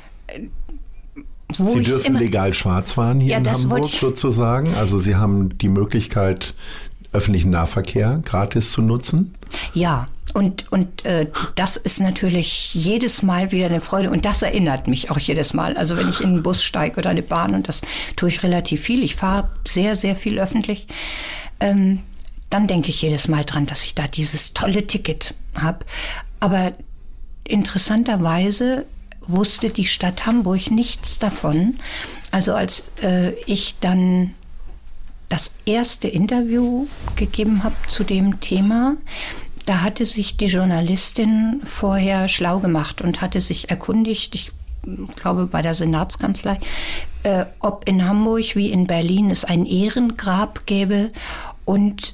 dürfen legal schwarz fahren hier in Hamburg sozusagen. Also Sie haben die Möglichkeit, öffentlichen Nahverkehr gratis zu nutzen. Ja. Und das ist natürlich jedes Mal wieder eine Freude und das erinnert mich auch jedes Mal. Also wenn ich in einen Bus steige oder eine Bahn, und das tue ich relativ viel, ich fahre sehr, sehr viel öffentlich, dann denke ich jedes Mal dran, dass ich da dieses tolle Ticket habe. Aber interessanterweise wusste die Stadt Hamburg nichts davon. Also als ich dann das erste Interview gegeben habe zu dem Thema, da hatte sich die Journalistin vorher schlau gemacht und hatte sich erkundigt, ich glaube bei der Senatskanzlei, ob in Hamburg wie in Berlin es ein Ehrengrab gäbe und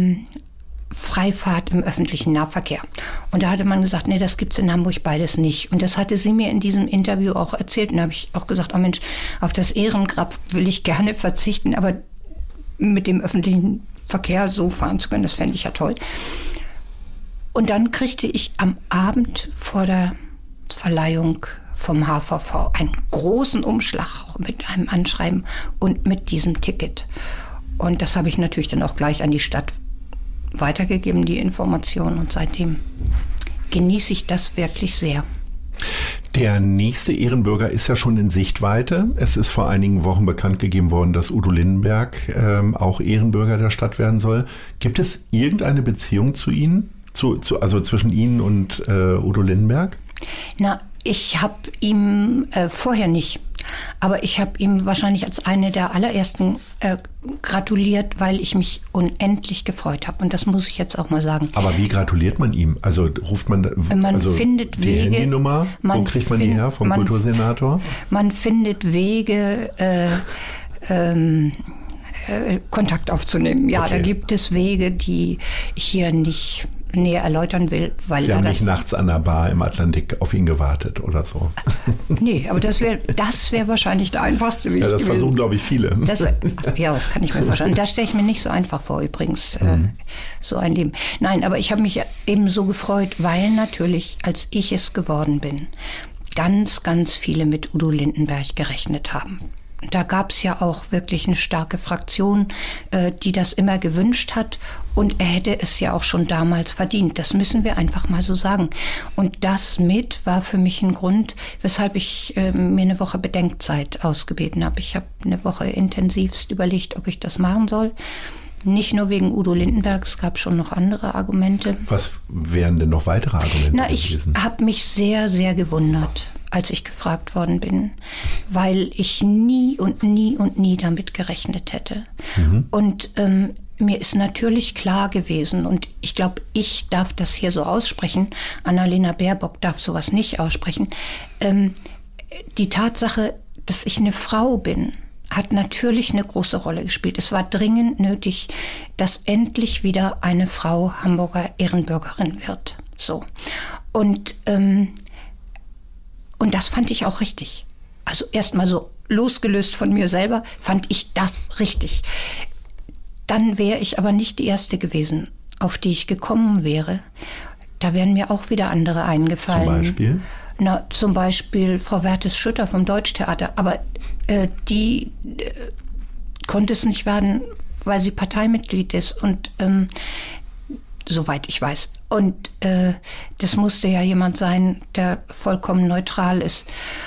Freifahrt im öffentlichen Nahverkehr. Und da hatte man gesagt, nee, das gibt's in Hamburg beides nicht. Und das hatte sie mir in diesem Interview auch erzählt. Und da habe ich auch gesagt, oh Mensch, auf das Ehrengrab will ich gerne verzichten, aber mit dem öffentlichen Verkehr so fahren zu können, das fände ich ja toll. Und dann kriegte ich am Abend vor der Verleihung vom HVV einen großen Umschlag mit einem Anschreiben und mit diesem Ticket. Und das habe ich natürlich dann auch gleich an die Stadt weitergegeben, die Information. Und seitdem genieße ich das wirklich sehr. Der nächste Ehrenbürger ist ja schon in Sichtweite. Es ist vor einigen Wochen bekannt gegeben worden, dass Udo Lindenberg auch Ehrenbürger der Stadt werden soll. Gibt es irgendeine Beziehung zu Ihnen? Also zwischen Ihnen und Udo Lindenberg? Na, ich habe ihm vorher nicht, aber ich habe ihm wahrscheinlich als eine der allerersten gratuliert, weil ich mich unendlich gefreut habe. Und das muss ich jetzt auch mal sagen. Aber wie gratuliert man ihm? Also ruft man findet die Wege, Handynummer? Wo kriegt man die her? Vom Kultursenator? Man findet Wege, Kontakt aufzunehmen. Ja, Okay. da gibt es Wege, die ich hier nicht näher erläutern will. Weil Sie haben das nicht nachts an der Bar im Atlantik auf ihn gewartet oder so. Nee, aber das wär wahrscheinlich der einfachste Weg Ja, das gewesen. versuchen, glaube ich, viele. Das kann ich mir vorstellen. Das stelle ich mir nicht so einfach vor, übrigens, so ein Leben. Nein, aber ich habe mich eben so gefreut, weil natürlich, als ich es geworden bin, ganz, ganz viele mit Udo Lindenberg gerechnet haben. Da gab es ja auch wirklich eine starke Fraktion, die das immer gewünscht hat. Und er hätte es ja auch schon damals verdient. Das müssen wir einfach mal so sagen. Und das war für mich ein Grund, weshalb ich mir eine Woche Bedenkzeit ausgebeten habe. Ich habe eine Woche intensivst überlegt, ob ich das machen soll. Nicht nur wegen Udo Lindenberg, es gab schon noch andere Argumente. Was wären denn noch weitere Argumente Ich gewesen? habe mich sehr, sehr gewundert, als ich gefragt worden bin, weil ich nie und nie und nie damit gerechnet hätte. Und mir ist natürlich klar gewesen, und ich glaube, ich darf das hier so aussprechen, Annalena Baerbock darf sowas nicht aussprechen, die Tatsache, dass ich eine Frau bin, hat natürlich eine große Rolle gespielt. Es war dringend nötig, dass endlich wieder eine Frau Hamburger Ehrenbürgerin wird. So. Und das fand ich auch richtig. Also erstmal so losgelöst von mir selber, fand ich das richtig. Dann wäre ich aber nicht die Erste gewesen, auf die ich gekommen wäre. Da wären mir auch wieder andere eingefallen. Zum Beispiel? Zum Beispiel Frau Wertes-Schütter vom Deutschtheater. Aber die konnte es nicht werden, weil sie Parteimitglied ist. Und soweit ich weiß. Und das musste ja jemand sein, der vollkommen neutral ist.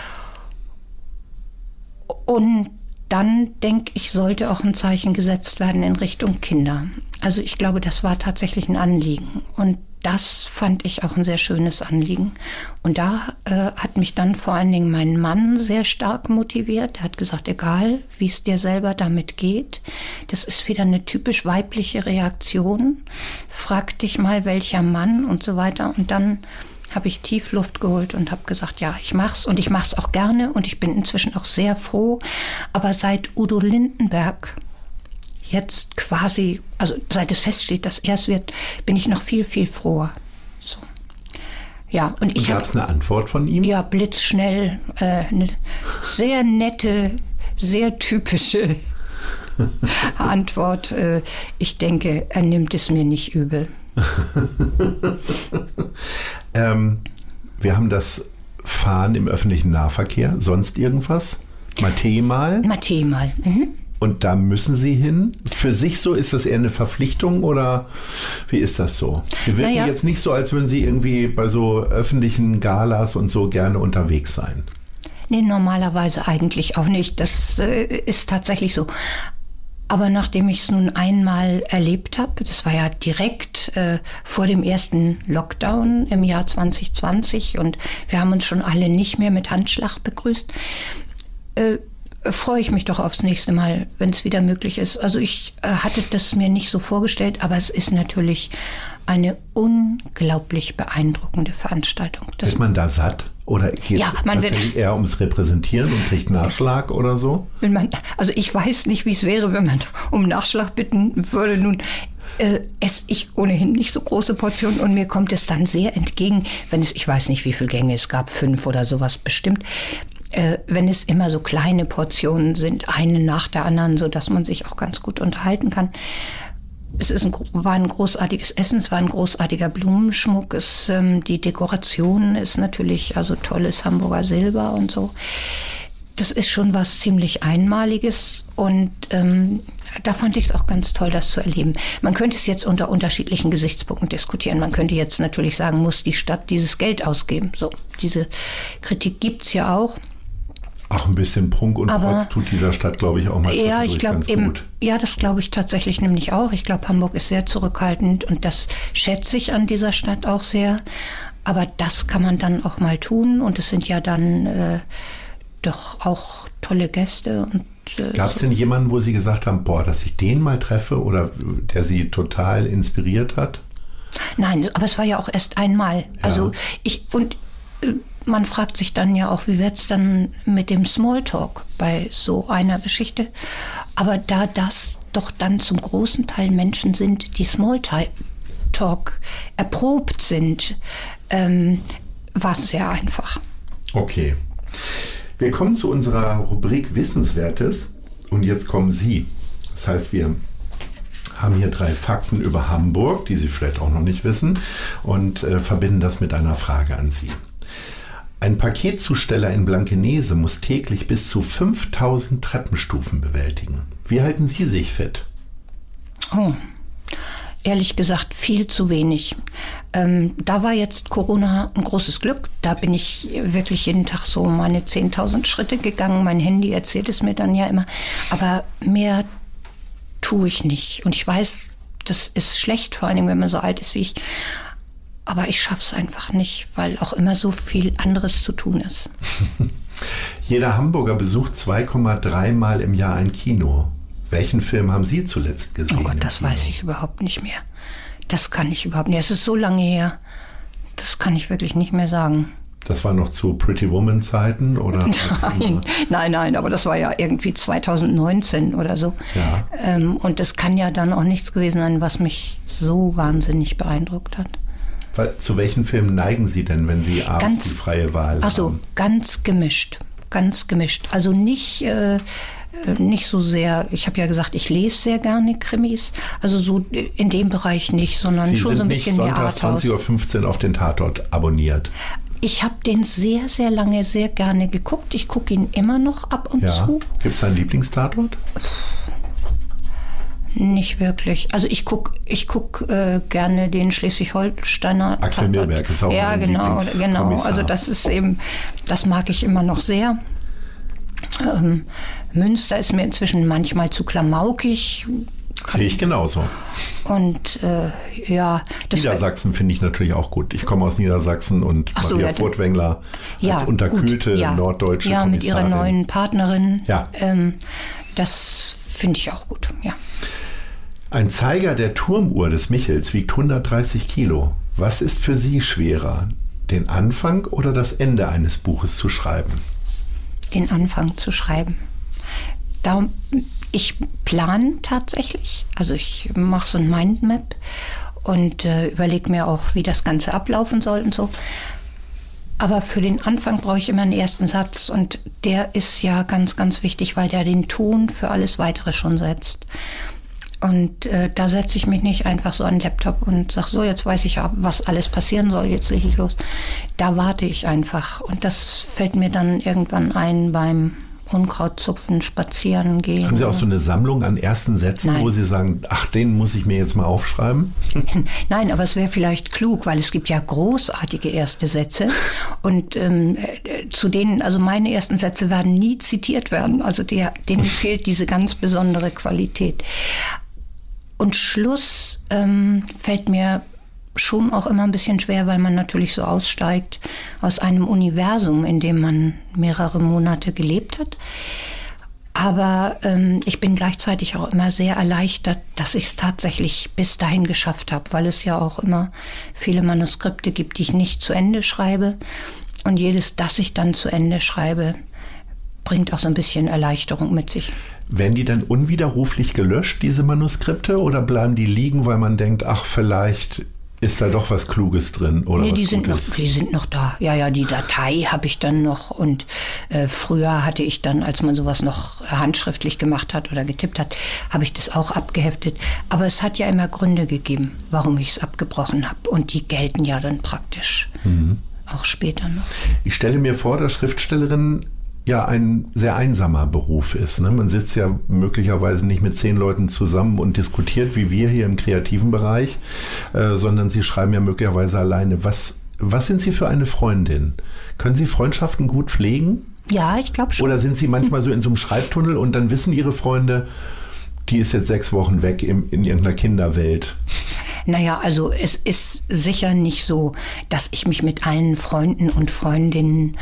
Und dann, denke ich, sollte auch ein Zeichen gesetzt werden in Richtung Kinder. Also ich glaube, das war tatsächlich ein Anliegen. Und das fand ich auch ein sehr schönes Anliegen. Und da hat mich dann vor allen Dingen mein Mann sehr stark motiviert. Er hat gesagt, egal, wie es dir selber damit geht, das ist wieder eine typisch weibliche Reaktion. Frag dich mal, welcher Mann und so weiter. Und dann habe ich tief Luft geholt und habe gesagt, ja, ich mach's. Und ich mach's auch gerne. Und ich bin inzwischen auch sehr froh. Aber seit Udo Lindenberg jetzt quasi, also seit es feststeht, dass er es wird, bin ich noch viel, viel froher. So. Ja, und ich Gab es eine Antwort von ihm? Ja, blitzschnell. Eine sehr nette, sehr typische Antwort. Ich denke, er nimmt es mir nicht übel. Wir haben das Fahren im öffentlichen Nahverkehr. Sonst irgendwas? Mathe-Mal? Mathe-Mal. Mhm. Und da müssen Sie hin? Für sich so, ist das eher eine Verpflichtung oder wie ist das so? Sie wirken jetzt nicht so, als würden Sie irgendwie bei so öffentlichen Galas und so gerne unterwegs sein. Nee, normalerweise eigentlich auch nicht. Das ist tatsächlich so. Aber nachdem ich es nun einmal erlebt habe, das war ja direkt vor dem ersten Lockdown im Jahr 2020 und wir haben uns schon alle nicht mehr mit Handschlag begrüßt, freue ich mich doch aufs nächste Mal, wenn es wieder möglich ist. Also ich hatte das mir nicht so vorgestellt, aber es ist natürlich eine unglaublich beeindruckende Veranstaltung. Ist man da satt? Oder geht es eher ums Repräsentieren und kriegt Nachschlag oder so? Also ich weiß nicht, wie es wäre, wenn man um Nachschlag bitten würde. Nun esse ich ohnehin nicht so große Portionen und mir kommt es dann sehr entgegen, wenn es, ich weiß nicht, wie viele Gänge es gab, 5 oder sowas bestimmt, wenn es immer so kleine Portionen sind, eine nach der anderen, sodass man sich auch ganz gut unterhalten kann. Es war ein großartiges Essen, es war ein großartiger Blumenschmuck, die Dekoration ist natürlich, also tolles Hamburger Silber und so. Das ist schon was ziemlich Einmaliges und da fand ich es auch ganz toll, das zu erleben. Man könnte es jetzt unter unterschiedlichen Gesichtspunkten diskutieren. Man könnte jetzt natürlich sagen, muss die Stadt dieses Geld ausgeben? So, diese Kritik gibt's ja auch. Auch ein bisschen Prunk und Protz tut dieser Stadt, glaube ich, auch mal ganz gut. Ja, das glaube ich tatsächlich nämlich auch. Ich glaube, Hamburg ist sehr zurückhaltend und das schätze ich an dieser Stadt auch sehr. Aber das kann man dann auch mal tun und es sind ja dann doch auch tolle Gäste. Gab es denn jemanden, wo Sie gesagt haben, boah, dass ich den mal treffe oder der Sie total inspiriert hat? Nein, aber es war ja auch erst einmal. Ja. Also man fragt sich dann ja auch, wie wird es dann mit dem Smalltalk bei so einer Geschichte? Aber da das doch dann zum großen Teil Menschen sind, die Smalltalk erprobt sind, war es sehr einfach. Okay. Wir kommen zu unserer Rubrik Wissenswertes und jetzt kommen Sie. Das heißt, wir haben hier 3 Fakten über Hamburg, die Sie vielleicht auch noch nicht wissen, und verbinden das mit einer Frage an Sie. Ein Paketzusteller in Blankenese muss täglich bis zu 5000 Treppenstufen bewältigen. Wie halten Sie sich fit? Oh, ehrlich gesagt viel zu wenig. Da war jetzt Corona ein großes Glück. Da bin ich wirklich jeden Tag so meine 10.000 Schritte gegangen. Mein Handy erzählt es mir dann ja immer. Aber mehr tue ich nicht. Und ich weiß, das ist schlecht, vor allem wenn man so alt ist wie ich. Aber ich schaffe es einfach nicht, weil auch immer so viel anderes zu tun ist. Jeder Hamburger besucht 2,3 Mal im Jahr ein Kino. Welchen Film haben Sie zuletzt gesehen? Oh Gott, das weiß ich überhaupt nicht mehr. Das kann ich überhaupt nicht. Es ist so lange her. Das kann ich wirklich nicht mehr sagen. Das war noch zu Pretty Woman Zeiten, oder? Nein, aber das war ja irgendwie 2019 oder so. Ja. Und das kann ja dann auch nichts gewesen sein, was mich so wahnsinnig beeindruckt hat. Zu welchen Filmen neigen Sie denn, wenn Sie abends die freie Wahl haben? Also ganz gemischt. Also nicht so sehr, ich habe ja gesagt, ich lese sehr gerne Krimis, also so in dem Bereich nicht, sondern Sie schon so ein bisschen mehr Arthouse. 20:15 Uhr auf den Tatort abonniert. Ich habe den sehr, sehr lange sehr gerne geguckt. Ich gucke ihn immer noch ab und zu. Gibt es einen Lieblingstatort? Nicht wirklich. Also ich guck gerne den Schleswig-Holsteiner Axel Milberg ist auch ja, genau. Also das ist eben, das mag ich immer noch sehr. Münster ist mir inzwischen manchmal zu klamaukig. Sehe ich genauso. Und ja. Niedersachsen finde ich natürlich auch gut. Ich komme aus Niedersachsen und Maria Furtwängler als unterkühlte norddeutsche Kommissarin. Mit ihrer neuen Partnerin. Ja. Das finde ich auch gut, ja. Ein Zeiger der Turmuhr des Michels wiegt 130 Kilo. Was ist für Sie schwerer, den Anfang oder das Ende eines Buches zu schreiben? Den Anfang zu schreiben. Ich plane tatsächlich, also ich mache so ein Mindmap und überlege mir auch, wie das Ganze ablaufen soll und so. Aber für den Anfang brauche ich immer einen ersten Satz und der ist ja ganz, ganz wichtig, weil der den Ton für alles Weitere schon setzt. Und da setze ich mich nicht einfach so an den Laptop und sage, so, jetzt weiß ich, was alles passieren soll, jetzt lege ich los. Da warte ich einfach. Und das fällt mir dann irgendwann ein beim Unkrautzupfen, spazieren gehen. Haben Sie auch so eine Sammlung an ersten Sätzen, Nein. wo Sie sagen, ach, den muss ich mir jetzt mal aufschreiben? Nein, aber es wäre vielleicht klug, weil es gibt ja großartige erste Sätze und zu denen, also meine ersten Sätze werden nie zitiert werden. Also denen fehlt diese ganz besondere Qualität. Und Schluss fällt mir schon auch immer ein bisschen schwer, weil man natürlich so aussteigt aus einem Universum, in dem man mehrere Monate gelebt hat. Aber ich bin gleichzeitig auch immer sehr erleichtert, dass ich es tatsächlich bis dahin geschafft habe, weil es ja auch immer viele Manuskripte gibt, die ich nicht zu Ende schreibe. Und jedes, das ich dann zu Ende schreibe, bringt auch so ein bisschen Erleichterung mit sich. Werden die dann unwiderruflich gelöscht, diese Manuskripte, oder bleiben die liegen, weil man denkt, ach, vielleicht ist da doch was Kluges drin oder was Gutes? Die sind noch da. Ja, die Datei habe ich dann noch und früher hatte ich dann, als man sowas noch handschriftlich gemacht hat oder getippt hat, habe ich das auch abgeheftet. Aber es hat ja immer Gründe gegeben, warum ich es abgebrochen habe und die gelten ja dann praktisch auch später noch. Ich stelle mir vor, dass Schriftstellerin ja ein sehr einsamer Beruf ist. Ne? Man sitzt ja möglicherweise nicht mit 10 Leuten zusammen und diskutiert, wie wir hier im kreativen Bereich, sondern Sie schreiben ja möglicherweise alleine. Was sind Sie für eine Freundin? Können Sie Freundschaften gut pflegen? Ja, ich glaube schon. Oder sind Sie manchmal so in so einem Schreibtunnel und dann wissen Ihre Freunde, die ist jetzt 6 Wochen weg in irgendeiner Kinderwelt? Naja, also es ist sicher nicht so, dass ich mich mit allen Freunden und Freundinnen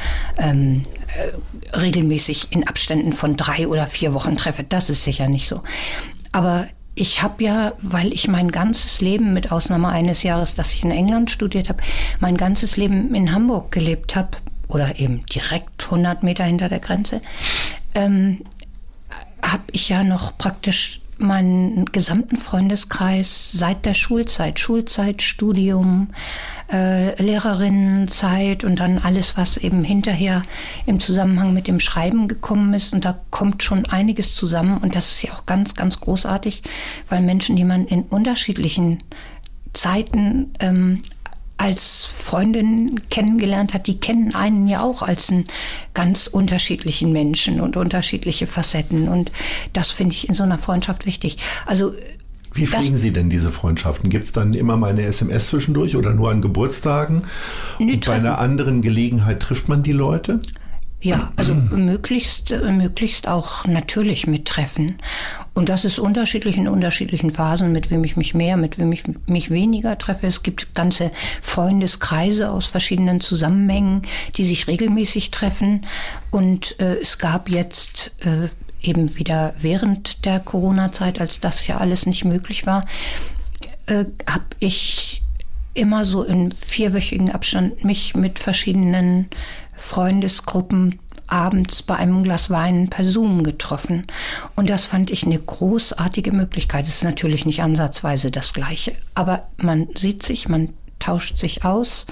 regelmäßig in Abständen von 3 oder 4 Wochen treffe. Das ist sicher nicht so. Aber ich habe ja, weil ich mein ganzes Leben, mit Ausnahme eines Jahres, dass ich in England studiert habe, mein ganzes Leben in Hamburg gelebt habe, oder eben direkt 100 Meter hinter der Grenze, habe ich ja noch praktisch meinen gesamten Freundeskreis seit der Schulzeit, Studium, Lehrerinnenzeit und dann alles, was eben hinterher im Zusammenhang mit dem Schreiben gekommen ist. Und da kommt schon einiges zusammen. Und das ist ja auch ganz, ganz großartig, weil Menschen, die man in unterschiedlichen Zeiten als Freundin kennengelernt hat, die kennen einen ja auch als einen ganz unterschiedlichen Menschen und unterschiedliche Facetten. Und das finde ich in so einer Freundschaft wichtig. Also wie pflegen Sie denn diese Freundschaften? Gibt es dann immer mal eine SMS zwischendurch oder nur an Geburtstagen? Und bei einer anderen Gelegenheit trifft man die Leute? Ja, also möglichst auch natürlich mit Treffen. Und das ist unterschiedlich in unterschiedlichen Phasen, mit wem ich mich mehr, mit wem ich mich weniger treffe. Es gibt ganze Freundeskreise aus verschiedenen Zusammenhängen, die sich regelmäßig treffen. Und es gab jetzt eben wieder während der Corona-Zeit, als das ja alles nicht möglich war, habe ich immer so in 4-wöchigen Abstand mich mit verschiedenen Freundesgruppen abends bei einem Glas Wein per Zoom getroffen. Und das fand ich eine großartige Möglichkeit. Es ist natürlich nicht ansatzweise das Gleiche, aber man sieht sich, man tauscht sich aus.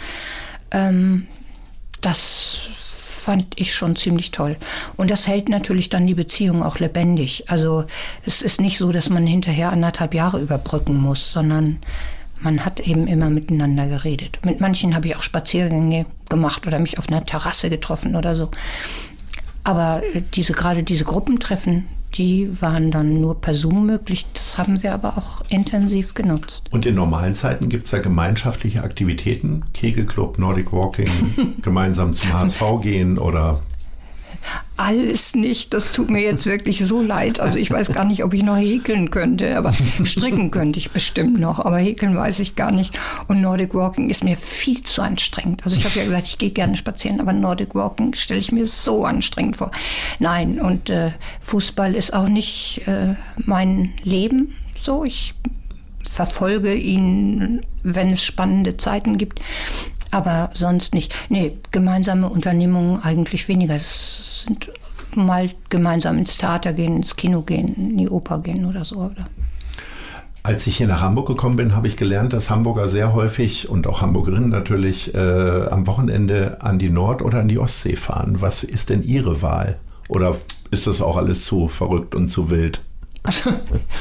Das fand ich schon ziemlich toll. Und das hält natürlich dann die Beziehung auch lebendig. Also es ist nicht so, dass man hinterher 1,5 Jahre überbrücken muss, sondern man hat eben immer miteinander geredet. Mit manchen habe ich auch Spaziergänge gemacht oder mich auf einer Terrasse getroffen oder so. Aber gerade diese Gruppentreffen, die waren dann nur per Zoom möglich. Das haben wir aber auch intensiv genutzt. Und in normalen Zeiten gibt es da gemeinschaftliche Aktivitäten? Kegelclub, Nordic Walking, gemeinsam zum HSV gehen oder... Alles nicht, das tut mir jetzt wirklich so leid. Also ich weiß gar nicht, ob ich noch häkeln könnte, aber stricken könnte ich bestimmt noch, aber häkeln weiß ich gar nicht. Und Nordic Walking ist mir viel zu anstrengend. Also ich habe ja gesagt, ich gehe gerne spazieren, aber Nordic Walking stelle ich mir so anstrengend vor. Nein, und Fußball ist auch nicht mein Leben so. Ich verfolge ihn, wenn es spannende Zeiten gibt. Aber sonst nicht. Nee, gemeinsame Unternehmungen eigentlich weniger. Das sind mal gemeinsam ins Theater gehen, ins Kino gehen, in die Oper gehen oder so. Oder? Als ich hier nach Hamburg gekommen bin, habe ich gelernt, dass Hamburger sehr häufig und auch Hamburgerinnen natürlich am Wochenende an die Nord- oder an die Ostsee fahren. Was ist denn Ihre Wahl? Oder ist das auch alles zu verrückt und zu wild? Also,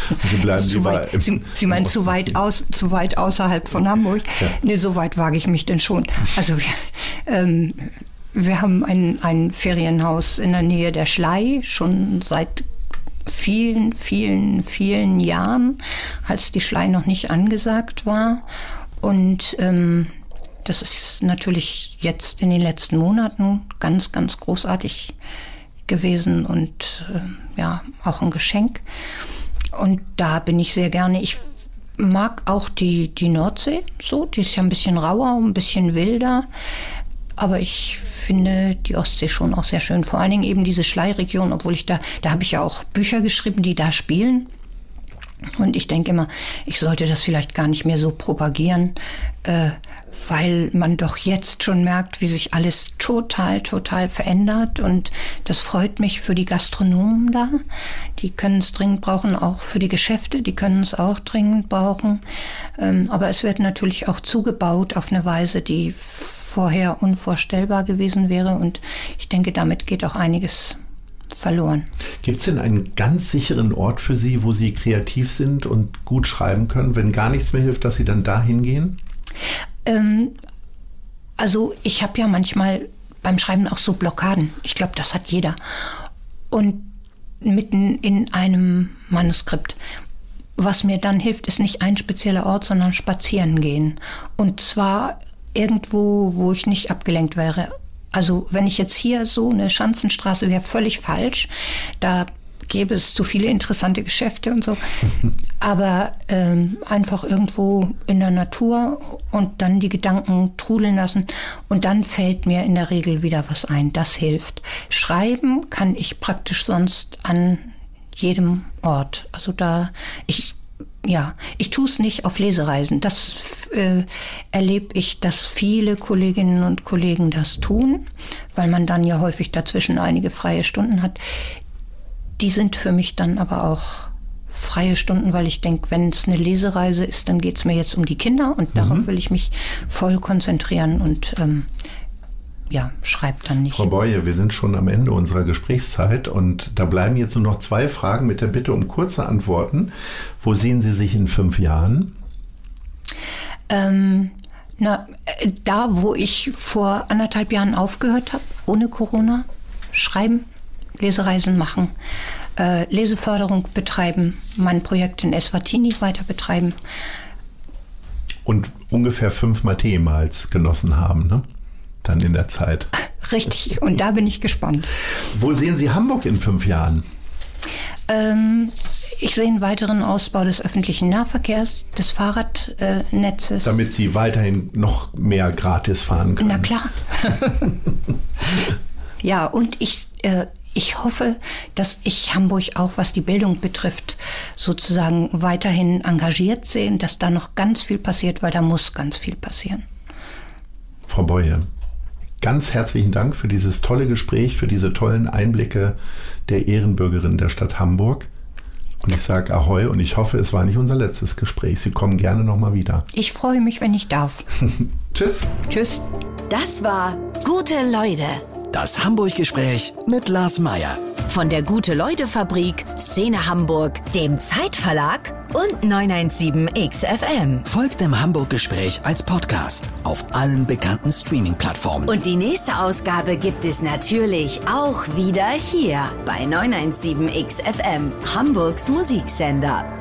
Sie meinen zu weit außerhalb von Hamburg? Ja. Nee, so weit wage ich mich denn schon. Also wir haben ein Ferienhaus in der Nähe der Schlei, schon seit vielen, vielen, vielen Jahren, als die Schlei noch nicht angesagt war. Und das ist natürlich jetzt in den letzten Monaten ganz, ganz großartig gewesen und ja, auch ein Geschenk. Und da bin ich sehr gerne. Ich mag auch die Nordsee so, die ist ja ein bisschen rauer, ein bisschen wilder. Aber ich finde die Ostsee schon auch sehr schön. Vor allen Dingen eben diese Schlei-Region, obwohl da habe ich ja auch Bücher geschrieben, die da spielen. Und ich denke immer, ich sollte das vielleicht gar nicht mehr so propagieren, weil man doch jetzt schon merkt, wie sich alles total, total verändert. Und das freut mich für die Gastronomen da. Die können es dringend brauchen, auch für die Geschäfte, die können es auch dringend brauchen. Aber es wird natürlich auch zugebaut auf eine Weise, die vorher unvorstellbar gewesen wäre. Und ich denke, damit geht auch einiges verloren. Gibt es denn einen ganz sicheren Ort für Sie, wo Sie kreativ sind und gut schreiben können, wenn gar nichts mehr hilft, dass Sie dann da hingehen? Also ich habe ja manchmal beim Schreiben auch so Blockaden. Ich glaube, das hat jeder. Und mitten in einem Manuskript. Was mir dann hilft, ist nicht ein spezieller Ort, sondern spazieren gehen. Und zwar irgendwo, wo ich nicht abgelenkt wäre. Also wenn ich jetzt hier so eine Schanzenstraße wäre, völlig falsch. Da gäbe es zu viele interessante Geschäfte und so. Aber einfach irgendwo in der Natur und dann die Gedanken trudeln lassen. Und dann fällt mir in der Regel wieder was ein. Das hilft. Schreiben kann ich praktisch sonst an jedem Ort. Also ich tue es nicht auf Lesereisen. Das erlebe ich, dass viele Kolleginnen und Kollegen das tun, weil man dann ja häufig dazwischen einige freie Stunden hat. Die sind für mich dann aber auch freie Stunden, weil ich denke, wenn es eine Lesereise ist, dann geht es mir jetzt um die Kinder und darauf will ich mich voll konzentrieren und schreibe dann nicht. Frau Boye, wir sind schon am Ende unserer Gesprächszeit und da bleiben jetzt nur noch 2 Fragen mit der Bitte um kurze Antworten. Wo sehen Sie sich in 5 Jahren? Da, wo ich vor 1,5 Jahren aufgehört habe, ohne Corona, schreiben, Lesereisen machen, Leseförderung betreiben, mein Projekt in Eswatini weiter betreiben. Und ungefähr 5 Mathe-Mals genossen haben, ne? Dann in der Zeit. Richtig, und da bin ich gespannt. Wo sehen Sie Hamburg in 5 Jahren? Ich sehe einen weiteren Ausbau des öffentlichen Nahverkehrs, des Fahrradnetzes. Damit Sie weiterhin noch mehr gratis fahren können. Na klar. Ja, und ich hoffe, dass ich Hamburg auch, was die Bildung betrifft, sozusagen weiterhin engagiert sehe, dass da noch ganz viel passiert, weil da muss ganz viel passieren. Frau Boye, ganz herzlichen Dank für dieses tolle Gespräch, für diese tollen Einblicke der Ehrenbürgerin der Stadt Hamburg. Und ich sage Ahoi und ich hoffe, es war nicht unser letztes Gespräch. Sie kommen gerne nochmal wieder. Ich freue mich, wenn ich darf. Tschüss. Tschüss. Das war Gute Leute. Das Hamburg-Gespräch mit Lars Meier. Von der Gute-Leute-Fabrik, Szene Hamburg, dem Zeitverlag und 917XFM. Folgt dem Hamburg-Gespräch als Podcast auf allen bekannten Streaming-Plattformen. Und die nächste Ausgabe gibt es natürlich auch wieder hier bei 917XFM, Hamburgs Musiksender.